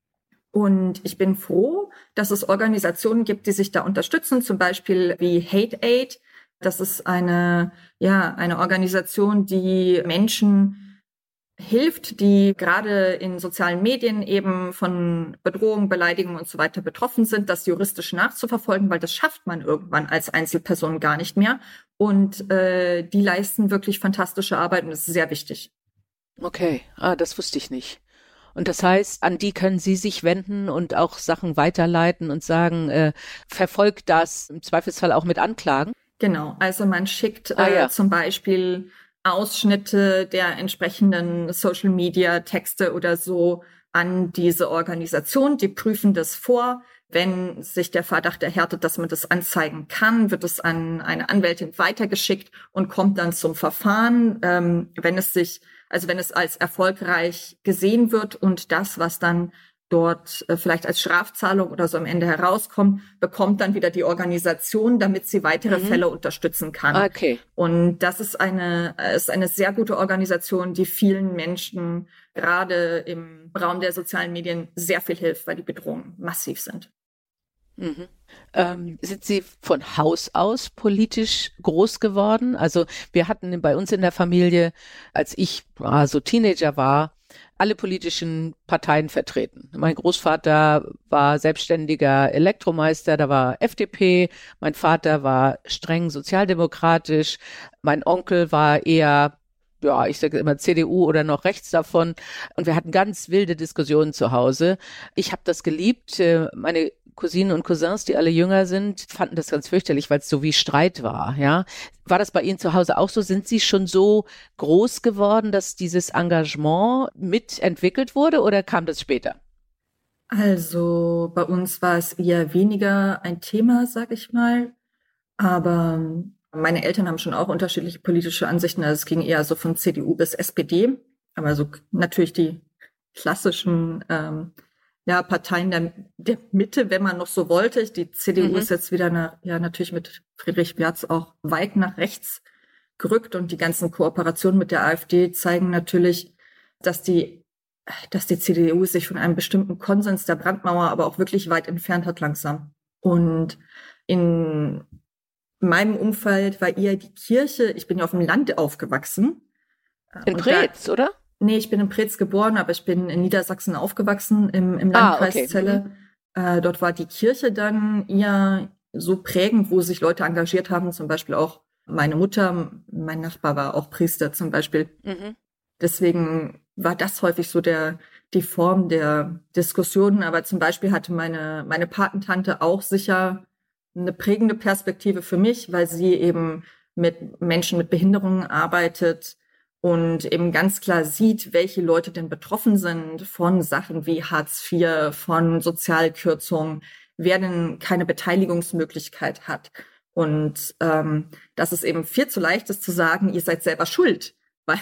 Und ich bin froh, dass es Organisationen gibt, die sich da unterstützen, zum Beispiel wie Hate Aid. Das ist eine ja eine Organisation, die Menschen hilft, die gerade in sozialen Medien eben von Bedrohung, Beleidigung und so weiter betroffen sind, das juristisch nachzuverfolgen, weil das schafft man irgendwann als Einzelperson gar nicht mehr. Und äh, die leisten wirklich fantastische Arbeit und das ist sehr wichtig. Okay, ah, das wusste ich nicht. Und das heißt, an die können Sie sich wenden und auch Sachen weiterleiten und sagen, äh, verfolgt das, im Zweifelsfall auch mit Anklagen? Genau, also man schickt ah, äh, ja. zum Beispiel Ausschnitte der entsprechenden Social-Media-Texte oder so an diese Organisation. Die prüfen das vor. Wenn sich der Verdacht erhärtet, dass man das anzeigen kann, wird es an eine Anwältin weitergeschickt und kommt dann zum Verfahren. Ähm, wenn es sich, also wenn es als erfolgreich gesehen wird und das, was dann dort äh, vielleicht als Strafzahlung oder so am Ende herauskommt, bekommt dann wieder die Organisation, damit sie weitere mhm. Fälle unterstützen kann. Okay. Und das ist eine, ist eine sehr gute Organisation, die vielen Menschen gerade im Raum der sozialen Medien sehr viel hilft, weil die Bedrohungen massiv sind. Mhm. Ähm, sind Sie von Haus aus politisch groß geworden? Also wir hatten bei uns in der Familie, als ich ah, so Teenager war, alle politischen Parteien vertreten. Mein Großvater war selbstständiger Elektromeister, da war F D P, mein Vater war streng sozialdemokratisch, mein Onkel war eher, ja, ich sage immer C D U oder noch rechts davon und wir hatten ganz wilde Diskussionen zu Hause. Ich habe das geliebt, meine Cousinen und Cousins, die alle jünger sind, fanden das ganz fürchterlich, weil es so wie Streit war, ja. War das bei Ihnen zu Hause auch so? Sind Sie schon so groß geworden, dass dieses Engagement mitentwickelt wurde oder kam das später? Also bei uns war es eher weniger ein Thema, sag ich mal. Aber meine Eltern haben schon auch unterschiedliche politische Ansichten. Also es ging eher so von C D U bis S P D. Aber so natürlich die klassischen ähm, ja, Parteien der, der Mitte, wenn man noch so wollte. Die C D U mhm. ist jetzt wieder nach, ja natürlich mit Friedrich Merz auch weit nach rechts gerückt und die ganzen Kooperationen mit der AfD zeigen natürlich, dass die, dass die C D U sich von einem bestimmten Konsens der Brandmauer aber auch wirklich weit entfernt hat langsam. Und in meinem Umfeld war eher die Kirche, ich bin ja auf dem Land aufgewachsen. In Preetz, oder? Nee, ich bin in Preetz geboren, aber ich bin in Niedersachsen aufgewachsen, im, im Landkreis ah, okay. Celle. Mhm. Äh, dort war die Kirche dann eher so prägend, wo sich Leute engagiert haben, zum Beispiel auch meine Mutter, mein Nachbar war auch Priester zum Beispiel. Mhm. Deswegen war das häufig so der die Form der Diskussionen, aber zum Beispiel hatte meine meine Patentante auch sicher eine prägende Perspektive für mich, weil sie eben mit Menschen mit Behinderungen arbeitet und eben ganz klar sieht, welche Leute denn betroffen sind von Sachen wie Hartz vier, von Sozialkürzungen, wer denn keine Beteiligungsmöglichkeit hat. Und ähm, dass es eben viel zu leicht ist zu sagen, ihr seid selber schuld, weil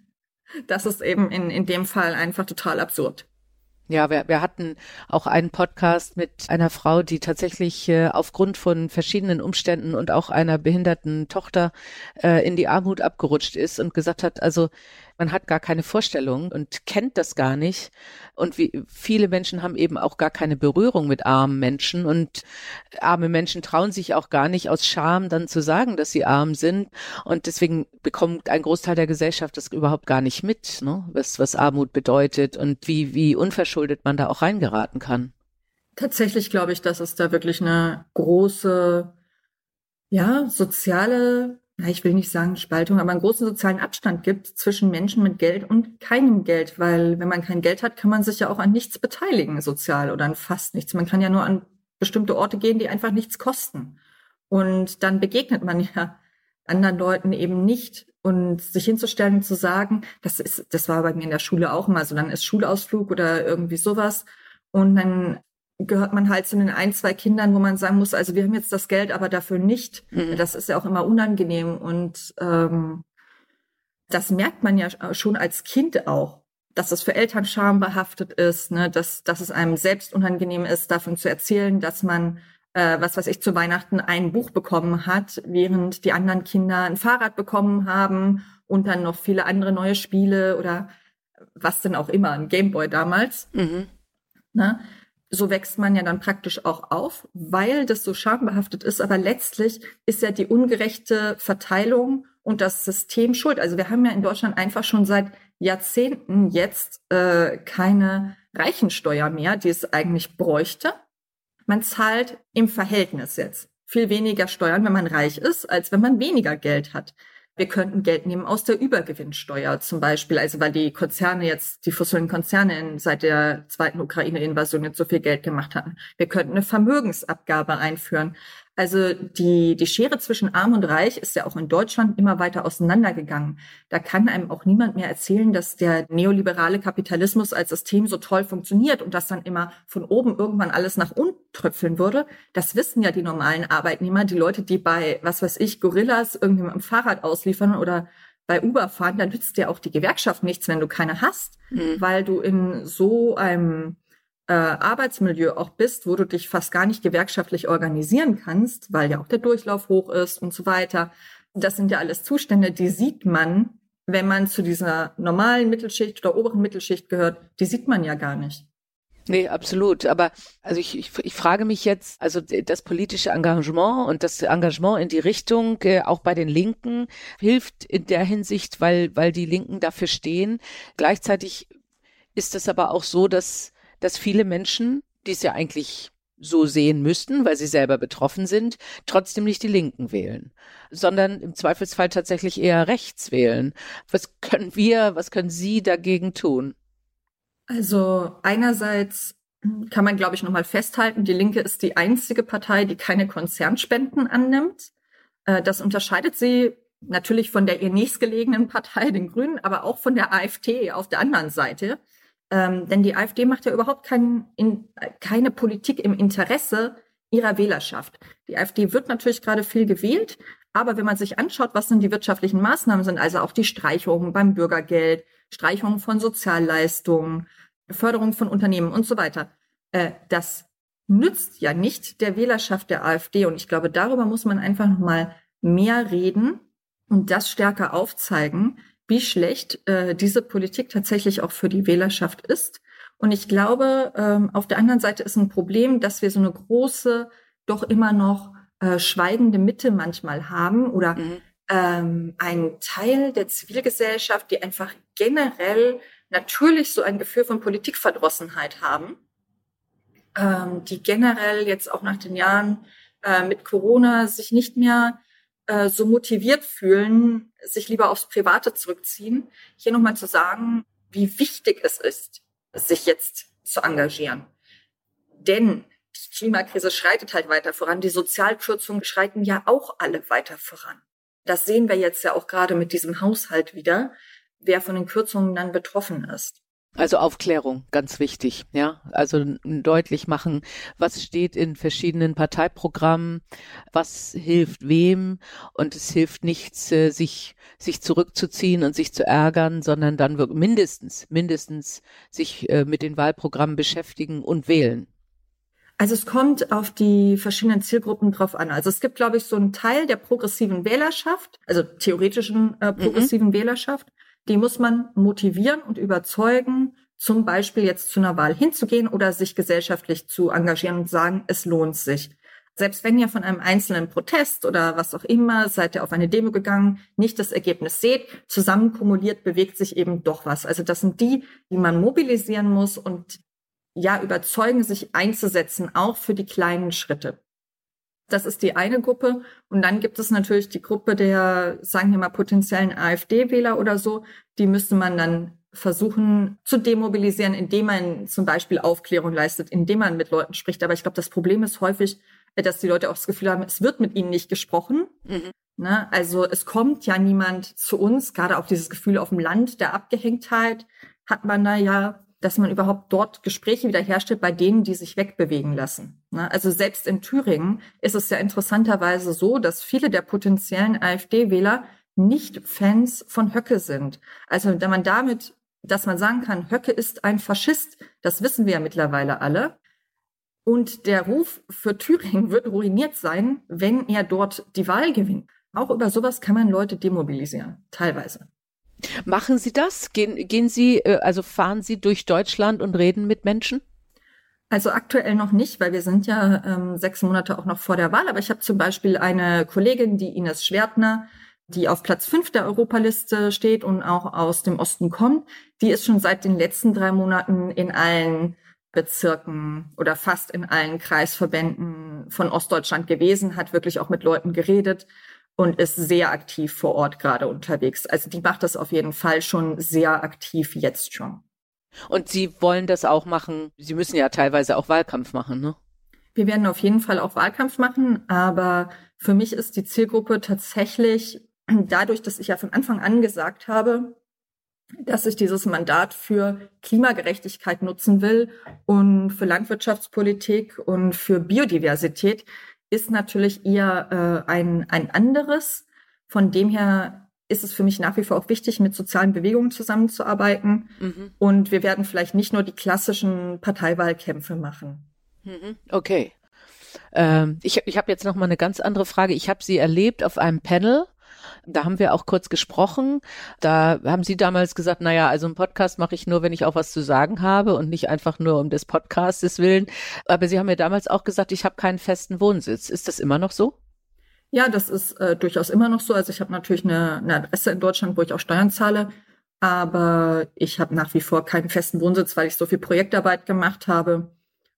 das ist eben in, in dem Fall einfach total absurd. Ja, wir, wir hatten auch einen Podcast mit einer Frau, die tatsächlich äh, aufgrund von verschiedenen Umständen und auch einer behinderten Tochter äh, in die Armut abgerutscht ist und gesagt hat, also man hat gar keine Vorstellung und kennt das gar nicht. Und wie viele Menschen haben eben auch gar keine Berührung mit armen Menschen und arme Menschen trauen sich auch gar nicht aus Scham dann zu sagen, dass sie arm sind. Und deswegen bekommt ein Großteil der Gesellschaft das überhaupt gar nicht mit, ne? was, was Armut bedeutet und wie, wie unverschuldet man da auch reingeraten kann. Tatsächlich glaube ich, dass es da wirklich eine große, ja, soziale, ich will nicht sagen Spaltung, aber einen großen sozialen Abstand gibt zwischen Menschen mit Geld und keinem Geld, weil wenn man kein Geld hat, kann man sich ja auch an nichts beteiligen, sozial oder an fast nichts. Man kann ja nur an bestimmte Orte gehen, die einfach nichts kosten. Und dann begegnet man ja anderen Leuten eben nicht. Und sich hinzustellen und zu sagen, das ist, das war bei mir in der Schule auch immer so, dann ist Schulausflug oder irgendwie sowas. Und dann gehört man halt zu den ein, zwei Kindern, wo man sagen muss, also wir haben jetzt das Geld, aber dafür nicht. Mhm. Das ist ja auch immer unangenehm und ähm, das merkt man ja schon als Kind auch, dass das für Eltern schambehaftet ist, ne, dass, dass es einem selbst unangenehm ist, davon zu erzählen, dass man, äh, was weiß ich, zu Weihnachten ein Buch bekommen hat, während die anderen Kinder ein Fahrrad bekommen haben und dann noch viele andere neue Spiele oder was denn auch immer, ein Gameboy damals. Mhm. Ne? So wächst man ja dann praktisch auch auf, weil das so schambehaftet ist. Aber letztlich ist ja die ungerechte Verteilung und das System schuld. Also wir haben ja in Deutschland einfach schon seit Jahrzehnten jetzt äh, keine Reichensteuer mehr, die es eigentlich bräuchte. Man zahlt im Verhältnis jetzt viel weniger Steuern, wenn man reich ist, als wenn man weniger Geld hat. Wir könnten Geld nehmen aus der Übergewinnsteuer zum Beispiel, also weil die Konzerne jetzt, die fossilen Konzerne in, seit der zweiten Ukraine-Invasion jetzt so viel Geld gemacht hatten. Wir könnten eine Vermögensabgabe einführen. Also die, die Schere zwischen Arm und Reich ist ja auch in Deutschland immer weiter auseinandergegangen. Da kann einem auch niemand mehr erzählen, dass der neoliberale Kapitalismus als System so toll funktioniert und dass dann immer von oben irgendwann alles nach unten tröpfeln würde. Das wissen ja die normalen Arbeitnehmer, die Leute, die bei, was weiß ich, Gorillas irgendwie mit dem Fahrrad ausliefern oder bei Uber fahren, da nützt dir auch die Gewerkschaft nichts, wenn du keine hast, mhm. weil du in so einem Äh, Arbeitsmilieu auch bist, wo du dich fast gar nicht gewerkschaftlich organisieren kannst, weil ja auch der Durchlauf hoch ist und so weiter. Das sind ja alles Zustände, die sieht man, wenn man zu dieser normalen Mittelschicht oder oberen Mittelschicht gehört, die sieht man ja gar nicht. Nee, absolut. Aber also ich, ich, ich frage mich jetzt, also das politische Engagement und das Engagement in die Richtung, äh, auch bei den Linken, hilft in der Hinsicht, weil, weil die Linken dafür stehen. Gleichzeitig ist es aber auch so, dass dass viele Menschen, die es ja eigentlich so sehen müssten, weil sie selber betroffen sind, trotzdem nicht die Linken wählen, sondern im Zweifelsfall tatsächlich eher rechts wählen. Was können wir, was können Sie dagegen tun? Also einerseits kann man, glaube ich, nochmal festhalten, die Linke ist die einzige Partei, die keine Konzernspenden annimmt. Das unterscheidet sie natürlich von der ihr nächstgelegenen Partei, den Grünen, aber auch von der AfD auf der anderen Seite. Ähm, denn die AfD macht ja überhaupt kein, in, keine Politik im Interesse ihrer Wählerschaft. Die AfD wird natürlich gerade viel gewählt, aber wenn man sich anschaut, was denn die wirtschaftlichen Maßnahmen sind, also auch die Streichungen beim Bürgergeld, Streichungen von Sozialleistungen, Förderung von Unternehmen und so weiter, äh, das nützt ja nicht der Wählerschaft der AfD. Und ich glaube, darüber muss man einfach noch mal mehr reden und das stärker aufzeigen, wie schlecht äh, diese Politik tatsächlich auch für die Wählerschaft ist. Und ich glaube, ähm, auf der anderen Seite ist ein Problem, dass wir so eine große, doch immer noch äh, schweigende Mitte manchmal haben oder mhm. ähm, ein Teil der Zivilgesellschaft, die einfach generell natürlich so ein Gefühl von Politikverdrossenheit haben, ähm, die generell jetzt auch nach den Jahren äh, mit Corona sich nicht mehr so motiviert fühlen, sich lieber aufs Private zurückziehen, hier nochmal zu sagen, wie wichtig es ist, sich jetzt zu engagieren. Denn die Klimakrise schreitet halt weiter voran, die Sozialkürzungen schreiten ja auch alle weiter voran. Das sehen wir jetzt ja auch gerade mit diesem Haushalt wieder, wer von den Kürzungen dann betroffen ist. Also Aufklärung, ganz wichtig, ja. Also deutlich machen, was steht in verschiedenen Parteiprogrammen, was hilft wem, und es hilft nichts, sich sich zurückzuziehen und sich zu ärgern, sondern dann wirklich mindestens, mindestens sich mit den Wahlprogrammen beschäftigen und wählen. Also es kommt auf die verschiedenen Zielgruppen drauf an. Also es gibt, glaube ich, so einen Teil der progressiven Wählerschaft, also theoretischen äh, progressiven mhm. Wählerschaft, die muss man motivieren und überzeugen, zum Beispiel jetzt zu einer Wahl hinzugehen oder sich gesellschaftlich zu engagieren und sagen, es lohnt sich. Selbst wenn ihr von einem einzelnen Protest oder was auch immer, seid ihr auf eine Demo gegangen, nicht das Ergebnis seht, zusammen kumuliert bewegt sich eben doch was. Also das sind die, die man mobilisieren muss und ja überzeugen, sich einzusetzen, auch für die kleinen Schritte. Das ist die eine Gruppe. Und dann gibt es natürlich die Gruppe der, sagen wir mal, potenziellen AfD-Wähler oder so. Die müsste man dann versuchen zu demobilisieren, indem man zum Beispiel Aufklärung leistet, indem man mit Leuten spricht. Aber ich glaube, das Problem ist häufig, dass die Leute auch das Gefühl haben, es wird mit ihnen nicht gesprochen. Mhm. Ne? Also es kommt ja niemand zu uns. Gerade auch dieses Gefühl auf dem Land der Abgehängtheit hat man da ja, dass man überhaupt dort Gespräche wiederherstellt bei denen, die sich wegbewegen lassen. Also selbst in Thüringen ist es ja interessanterweise so, dass viele der potenziellen AfD-Wähler nicht Fans von Höcke sind. Also wenn man damit, dass man sagen kann, Höcke ist ein Faschist, das wissen wir ja mittlerweile alle. Und der Ruf für Thüringen wird ruiniert sein, wenn er dort die Wahl gewinnt. Auch über sowas kann man Leute demobilisieren, teilweise. Machen Sie das? Gehen, gehen Sie, also fahren Sie durch Deutschland und reden mit Menschen? Also aktuell noch nicht, weil wir sind ja ähm, sechs Monate auch noch vor der Wahl. Aber ich habe zum Beispiel eine Kollegin, die Ines Schwertner, die auf Platz fünf der Europaliste steht und auch aus dem Osten kommt, die ist schon seit den letzten drei Monaten in allen Bezirken oder fast in allen Kreisverbänden von Ostdeutschland gewesen, hat wirklich auch mit Leuten geredet und ist sehr aktiv vor Ort gerade unterwegs. Also die macht das auf jeden Fall schon sehr aktiv jetzt schon. Und Sie wollen das auch machen, Sie müssen ja teilweise auch Wahlkampf machen, ne? Wir werden auf jeden Fall auch Wahlkampf machen, aber für mich ist die Zielgruppe tatsächlich dadurch, dass ich ja von Anfang an gesagt habe, dass ich dieses Mandat für Klimagerechtigkeit nutzen will und für Landwirtschaftspolitik und für Biodiversität, ist natürlich eher äh, ein, ein anderes. Von dem her ist es für mich nach wie vor auch wichtig, mit sozialen Bewegungen zusammenzuarbeiten. Mhm. Und wir werden vielleicht nicht nur die klassischen Parteiwahlkämpfe machen. Mhm. Okay. Ähm, ich ich habe jetzt noch mal eine ganz andere Frage. Ich habe Sie erlebt auf einem Panel. Da haben wir auch kurz gesprochen. Da haben Sie damals gesagt, naja, also einen Podcast mache ich nur, wenn ich auch was zu sagen habe und nicht einfach nur um des Podcastes willen. Aber Sie haben mir damals auch gesagt, ich habe keinen festen Wohnsitz. Ist das immer noch so? Ja, das ist äh, durchaus immer noch so. Also ich habe natürlich eine, eine Adresse in Deutschland, wo ich auch Steuern zahle. Aber ich habe nach wie vor keinen festen Wohnsitz, weil ich so viel Projektarbeit gemacht habe.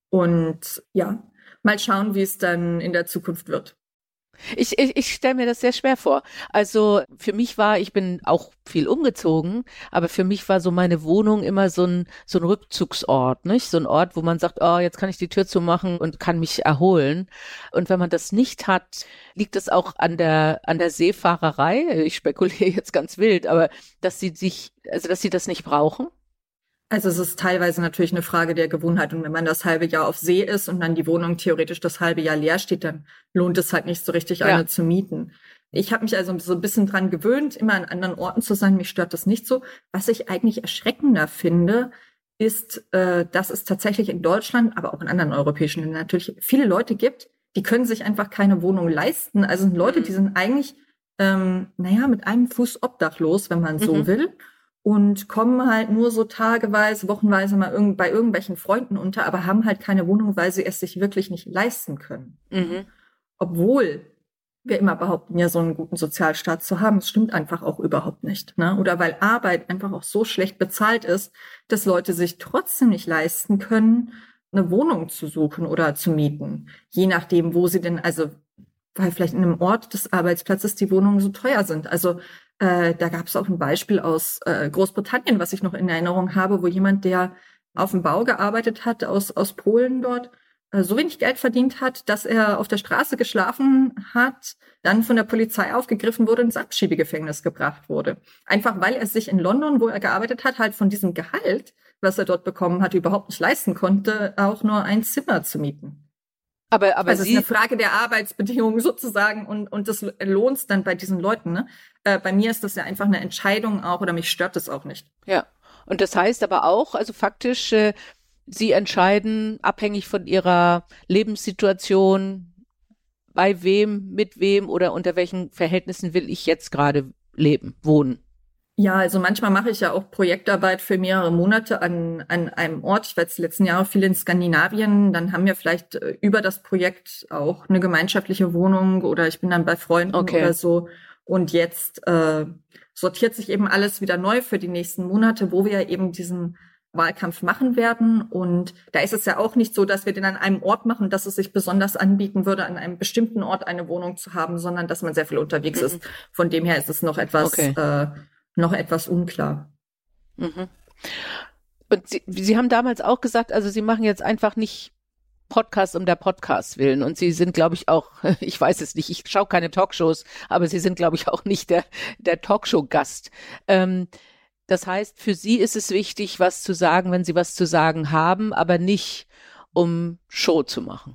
Und ja, mal schauen, wie es dann in der Zukunft wird. Ich, ich, ich stelle mir das sehr schwer vor. Also für mich war, ich bin auch viel umgezogen, aber für mich war so meine Wohnung immer so ein so ein Rückzugsort, nicht? So ein Ort, wo man sagt, oh, jetzt kann ich die Tür zumachen und kann mich erholen. Und wenn man das nicht hat, liegt es auch an der an der Seefahrerei. Ich spekuliere jetzt ganz wild, aber dass sie sich, also dass sie das nicht brauchen. Also es ist teilweise natürlich eine Frage der Gewohnheit. Und wenn man das halbe Jahr auf See ist und dann die Wohnung theoretisch das halbe Jahr leer steht, dann lohnt es halt nicht so richtig, eine ja. zu mieten. Ich habe mich also so ein bisschen dran gewöhnt, immer an anderen Orten zu sein. Mich stört das nicht so. Was ich eigentlich erschreckender finde, ist, äh, dass es tatsächlich in Deutschland, aber auch in anderen europäischen Ländern natürlich viele Leute gibt, die können sich einfach keine Wohnung leisten. Also sind Leute, die sind eigentlich, ähm, naja, mit einem Fuß obdachlos, wenn man so mhm. will. Und kommen halt nur so tageweise, wochenweise mal irgend, bei irgendwelchen Freunden unter, aber haben halt keine Wohnung, weil sie es sich wirklich nicht leisten können. Mhm. Obwohl wir immer behaupten, ja, so einen guten Sozialstaat zu haben, es stimmt einfach auch überhaupt nicht. Ne? Oder weil Arbeit einfach auch so schlecht bezahlt ist, dass Leute sich trotzdem nicht leisten können, eine Wohnung zu suchen oder zu mieten. Je nachdem, wo sie denn, also weil vielleicht in einem Ort des Arbeitsplatzes die Wohnungen so teuer sind. Also Äh, da gab es auch ein Beispiel aus äh, Großbritannien, was ich noch in Erinnerung habe, wo jemand, der auf dem Bau gearbeitet hat, aus aus Polen dort, äh, so wenig Geld verdient hat, dass er auf der Straße geschlafen hat, dann von der Polizei aufgegriffen wurde und ins Abschiebegefängnis gebracht wurde. Einfach weil er sich in London, wo er gearbeitet hat, halt von diesem Gehalt, was er dort bekommen hat, überhaupt nicht leisten konnte, auch nur ein Zimmer zu mieten. Aber, aber also es ist eine Frage der Arbeitsbedingungen sozusagen und, und des Lohns dann bei diesen Leuten. Ne? Äh, bei mir ist das ja einfach eine Entscheidung auch oder mich stört das auch nicht. Ja, und das heißt aber auch, also faktisch, äh, Sie entscheiden abhängig von Ihrer Lebenssituation, bei wem, mit wem oder unter welchen Verhältnissen will ich jetzt gerade leben, wohnen. Ja, also manchmal mache ich ja auch Projektarbeit für mehrere Monate an, an einem Ort. Ich war jetzt die letzten Jahre viel in Skandinavien. Dann haben wir vielleicht äh, über das Projekt auch eine gemeinschaftliche Wohnung oder ich bin dann bei Freunden okay. oder so. Und jetzt äh, sortiert sich eben alles wieder neu für die nächsten Monate, wo wir eben diesen Wahlkampf machen werden. Und da ist es ja auch nicht so, dass wir den an einem Ort machen, dass es sich besonders anbieten würde, an einem bestimmten Ort eine Wohnung zu haben, sondern dass man sehr viel unterwegs mhm. ist. Von dem her ist es noch etwas... Okay. Äh, noch etwas unklar. Mhm. Und Sie, Sie haben damals auch gesagt, also Sie machen jetzt einfach nicht Podcast um der Podcast willen und Sie sind, glaube ich, auch, ich weiß es nicht, ich schaue keine Talkshows, aber Sie sind, glaube ich, auch nicht der, der Talkshow-Gast. Ähm, das heißt, für Sie ist es wichtig, was zu sagen, wenn Sie was zu sagen haben, aber nicht um Show zu machen.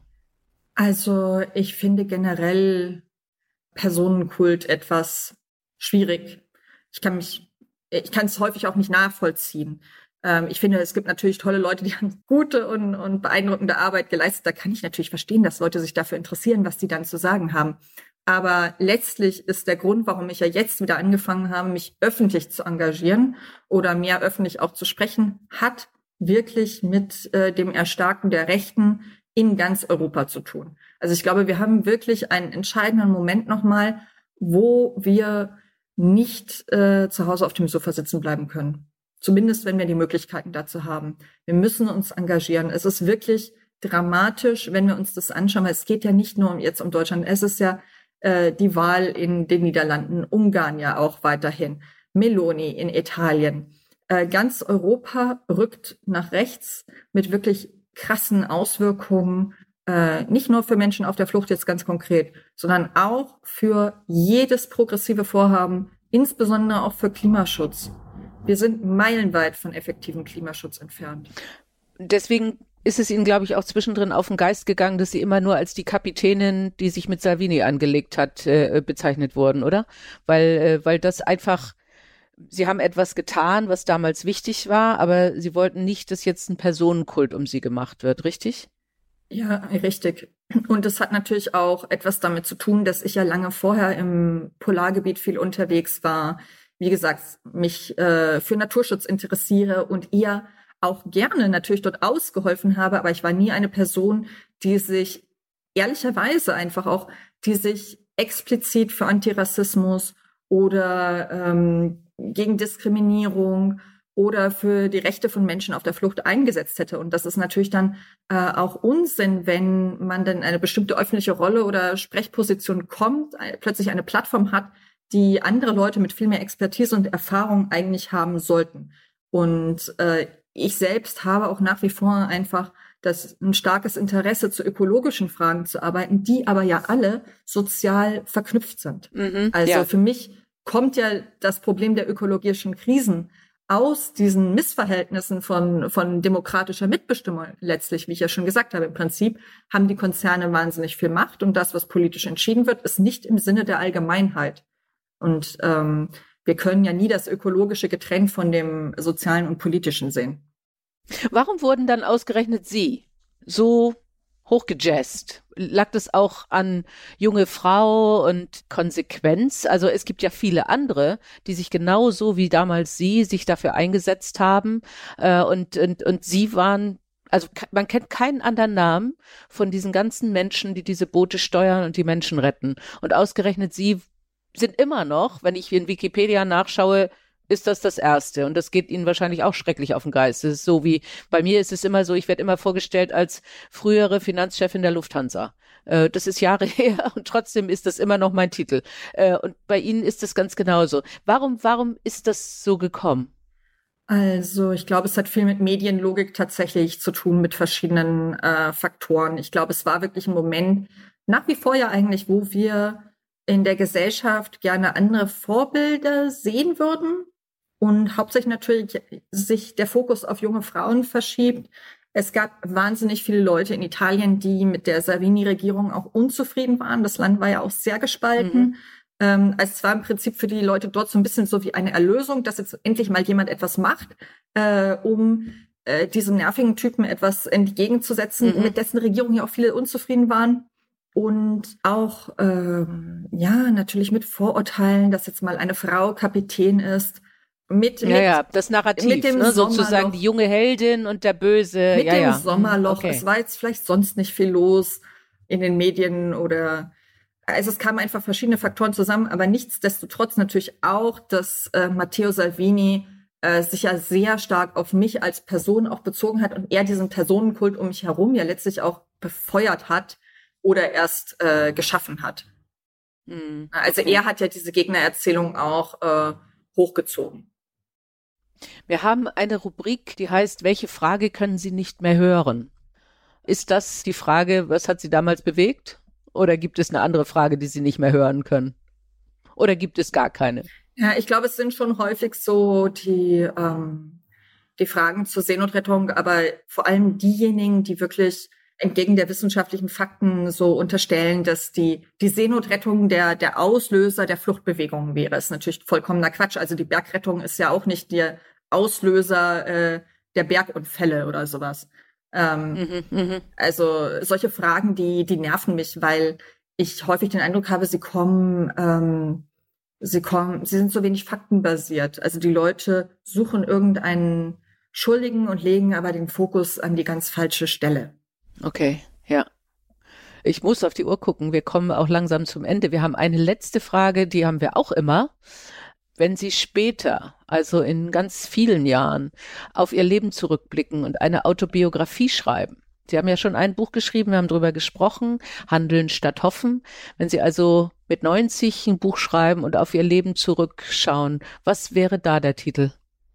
Also ich finde generell Personenkult etwas schwierig. Ich kann mich, ich kann es häufig auch nicht nachvollziehen. Ähm, ich finde, es gibt natürlich tolle Leute, die haben gute und, und beeindruckende Arbeit geleistet. Da kann ich natürlich verstehen, dass Leute sich dafür interessieren, was die dann zu sagen haben. Aber letztlich ist der Grund, warum ich ja jetzt wieder angefangen habe, mich öffentlich zu engagieren oder mehr öffentlich auch zu sprechen, hat wirklich mit äh, dem Erstarken der Rechten in ganz Europa zu tun. Also ich glaube, wir haben wirklich einen entscheidenden Moment nochmal, wo wir nicht äh, zu Hause auf dem Sofa sitzen bleiben können. Zumindest, wenn wir die Möglichkeiten dazu haben. Wir müssen uns engagieren. Es ist wirklich dramatisch, wenn wir uns das anschauen, weil es geht ja nicht nur um jetzt um Deutschland. Es ist ja äh, die Wahl in den Niederlanden, Ungarn ja auch weiterhin, Meloni in Italien. Äh, ganz Europa rückt nach rechts mit wirklich krassen Auswirkungen, äh, nicht nur für Menschen auf der Flucht jetzt ganz konkret, sondern auch für jedes progressive Vorhaben, insbesondere auch für Klimaschutz. Wir sind meilenweit von effektivem Klimaschutz entfernt. Deswegen ist es Ihnen, glaube ich, auch zwischendrin auf den Geist gegangen, dass Sie immer nur als die Kapitänin, die sich mit Salvini angelegt hat, äh, bezeichnet wurden, oder? Weil, äh, weil das einfach, Sie haben etwas getan, was damals wichtig war, aber Sie wollten nicht, dass jetzt ein Personenkult um Sie gemacht wird, richtig? Ja, richtig. Und es hat natürlich auch etwas damit zu tun, dass ich ja lange vorher im Polargebiet viel unterwegs war. Wie gesagt, mich äh, für Naturschutz interessiere und eher auch gerne natürlich dort ausgeholfen habe, aber ich war nie eine Person, die sich ehrlicherweise einfach auch, die sich explizit für Antirassismus oder ähm, gegen Diskriminierung oder für die Rechte von Menschen auf der Flucht eingesetzt hätte. Und das ist natürlich dann äh, auch Unsinn, wenn man dann eine bestimmte öffentliche Rolle oder Sprechposition kommt, äh, plötzlich eine Plattform hat, die andere Leute mit viel mehr Expertise und Erfahrung eigentlich haben sollten. Und äh, ich selbst habe auch nach wie vor einfach das ein starkes Interesse, zu ökologischen Fragen zu arbeiten, die aber ja alle sozial verknüpft sind. Mhm, also ja. Für mich kommt ja das Problem der ökologischen Krisen aus diesen Missverhältnissen von, von demokratischer Mitbestimmung letztlich, wie ich ja schon gesagt habe. Im Prinzip haben die Konzerne wahnsinnig viel Macht und das, was politisch entschieden wird, ist nicht im Sinne der Allgemeinheit. Und ähm, wir können ja nie das Ökologische getrennt von dem Sozialen und Politischen sehen. Warum wurden dann ausgerechnet Sie so hochgejazzt? Lag das auch an junge Frau und Konsequenz? Also es gibt ja viele andere, die sich genauso wie damals Sie sich dafür eingesetzt haben. Äh, und, und, und Sie waren, also man kennt keinen anderen Namen von diesen ganzen Menschen, die diese Boote steuern und die Menschen retten. Und ausgerechnet Sie sind immer noch, wenn ich in Wikipedia nachschaue, ist das das Erste. Und das geht Ihnen wahrscheinlich auch schrecklich auf den Geist. Es ist so wie, bei mir ist es immer so, ich werde immer vorgestellt als frühere Finanzchefin der Lufthansa. Äh, das ist Jahre her und trotzdem ist das immer noch mein Titel. Äh, und bei Ihnen ist das ganz genauso. Warum, warum ist das so gekommen? Also ich glaube, es hat viel mit Medienlogik tatsächlich zu tun, mit verschiedenen äh, Faktoren. Ich glaube, es war wirklich ein Moment, nach wie vor ja eigentlich, wo wir in der Gesellschaft gerne andere Vorbilder sehen würden und hauptsächlich natürlich sich der Fokus auf junge Frauen verschiebt. Es gab wahnsinnig viele Leute in Italien, die mit der Salvini-Regierung auch unzufrieden waren. Das Land war ja auch sehr gespalten. Mhm. Ähm, also es war im Prinzip für die Leute dort so ein bisschen so wie eine Erlösung, dass jetzt endlich mal jemand etwas macht, äh, um äh, diesem nervigen Typen etwas entgegenzusetzen, mhm. mit dessen Regierung ja auch viele unzufrieden waren. Und auch, ähm, ja, natürlich mit Vorurteilen, dass jetzt mal eine Frau Kapitän ist. Mit, ja, mit, ja, das Narrativ, mit dem ne, sozusagen die junge Heldin und der Böse. Mit ja, dem ja. Sommerloch. Okay. Es war jetzt vielleicht sonst nicht viel los in den Medien oder, also es kamen einfach verschiedene Faktoren zusammen, aber nichtsdestotrotz natürlich auch, dass äh, Matteo Salvini äh, sich ja sehr stark auf mich als Person auch bezogen hat und er diesen Personenkult um mich herum ja letztlich auch befeuert hat oder erst äh, geschaffen hat. Mhm. Also okay. Er hat ja diese Gegnererzählung auch äh, hochgezogen. Wir haben eine Rubrik, die heißt, welche Frage können Sie nicht mehr hören? Ist das die Frage, was hat Sie damals bewegt? Oder gibt es eine andere Frage, die Sie nicht mehr hören können? Oder gibt es gar keine? Ja, ich glaube, es sind schon häufig so die, ähm, die Fragen zur Seenotrettung, aber vor allem diejenigen, die wirklich entgegen der wissenschaftlichen Fakten so unterstellen, dass die, die Seenotrettung der, der Auslöser der Fluchtbewegungen wäre. Das ist natürlich vollkommener Quatsch. Also die Bergrettung ist ja auch nicht der Auslöser äh, der Bergunfälle oder sowas. Ähm, mhm, mh. Also solche Fragen, die, die nerven mich, weil ich häufig den Eindruck habe, sie kommen, ähm, sie kommen, sie sind so wenig faktenbasiert. Also die Leute suchen irgendeinen Schuldigen und legen aber den Fokus an die ganz falsche Stelle. Okay, ja. Ich muss auf die Uhr gucken. Wir kommen auch langsam zum Ende. Wir haben eine letzte Frage, die haben wir auch immer. wenn Sie später, also in ganz vielen Jahren, auf Ihr Leben zurückblicken und eine Autobiografie schreiben. Sie haben ja schon ein Buch geschrieben, wir haben darüber gesprochen, Handeln statt Hoffen. Wenn Sie also mit neunzig ein Buch schreiben und auf Ihr Leben zurückschauen, was wäre da der Titel?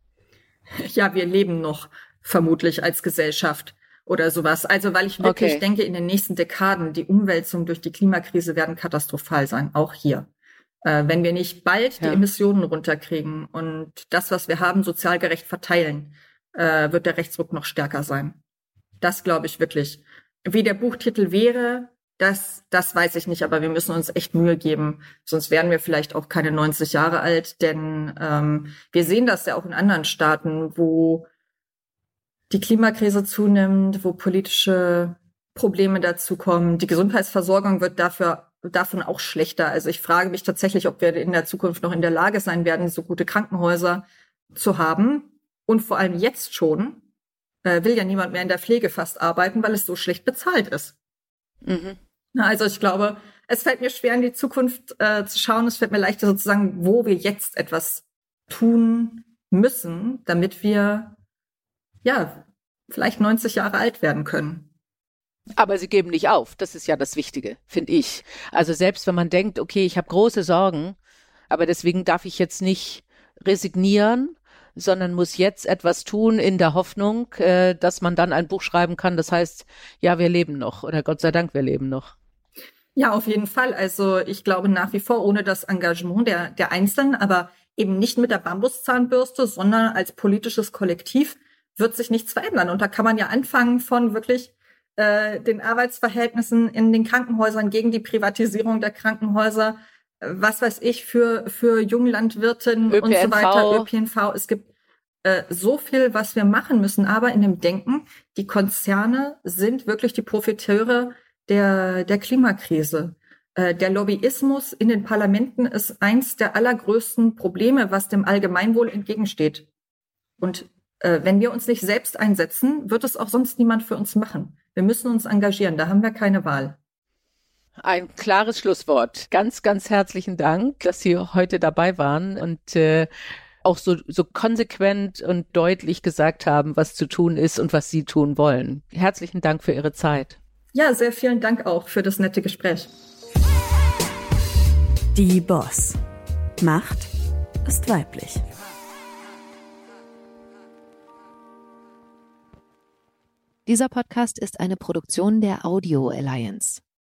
Ja, wir leben noch vermutlich als Gesellschaft oder sowas. Also weil ich wirklich Okay. denke, in den nächsten Dekaden, die Umwälzungen durch die Klimakrise werden katastrophal sein, auch hier. Äh, wenn wir nicht bald Ja. die Emissionen runterkriegen und das, was wir haben, sozial gerecht verteilen, äh, wird der Rechtsruck noch stärker sein. Das glaube ich wirklich. Wie der Buchtitel wäre, das, das weiß ich nicht, aber wir müssen uns echt Mühe geben, sonst werden wir vielleicht auch keine neunzig Jahre alt, denn ähm, wir sehen das ja auch in anderen Staaten, wo die Klimakrise zunimmt, wo politische Probleme dazukommen. Die Gesundheitsversorgung wird dafür davon auch schlechter. Also ich frage mich tatsächlich, ob wir in der Zukunft noch in der Lage sein werden, so gute Krankenhäuser zu haben. Und vor allem jetzt schon äh, will ja niemand mehr in der Pflege fast arbeiten, weil es so schlecht bezahlt ist. Mhm. Na, also ich glaube, es fällt mir schwer, in die Zukunft äh, zu schauen. Es fällt mir leichter sozusagen, wo wir jetzt etwas tun müssen, damit wir ja vielleicht neunzig Jahre alt werden können. Aber Sie geben nicht auf. Das ist ja das Wichtige, finde ich. Also selbst wenn man denkt, okay, ich habe große Sorgen, aber deswegen darf ich jetzt nicht resignieren, sondern muss jetzt etwas tun in der Hoffnung, äh, dass man dann ein Buch schreiben kann. Das heißt, ja, wir leben noch oder Gott sei Dank, wir leben noch. Ja, auf jeden Fall. Also ich glaube nach wie vor ohne das Engagement der, der Einzelnen, aber eben nicht mit der Bambuszahnbürste, sondern als politisches Kollektiv wird sich nichts verändern. Und da kann man ja anfangen von wirklich äh, den Arbeitsverhältnissen in den Krankenhäusern gegen die Privatisierung der Krankenhäuser, äh, was weiß ich, für, für Junglandwirtinnen und so weiter, Ö P N V. Es gibt äh, so viel, was wir machen müssen, aber in dem Denken, die Konzerne sind wirklich die Profiteure der, der Klimakrise. Äh, der Lobbyismus in den Parlamenten ist eins der allergrößten Probleme, was dem Allgemeinwohl entgegensteht. Und äh, wenn wir uns nicht selbst einsetzen, wird es auch sonst niemand für uns machen. Wir müssen uns engagieren, da haben wir keine Wahl. Ein klares Schlusswort. Ganz, ganz herzlichen Dank, dass Sie heute dabei waren und äh, auch so, so konsequent und deutlich gesagt haben, was zu tun ist und was Sie tun wollen. Herzlichen Dank für Ihre Zeit. Ja, sehr vielen Dank auch für das nette Gespräch. Die Boss. Macht ist weiblich. Dieser Podcast ist eine Produktion der Audio Alliance.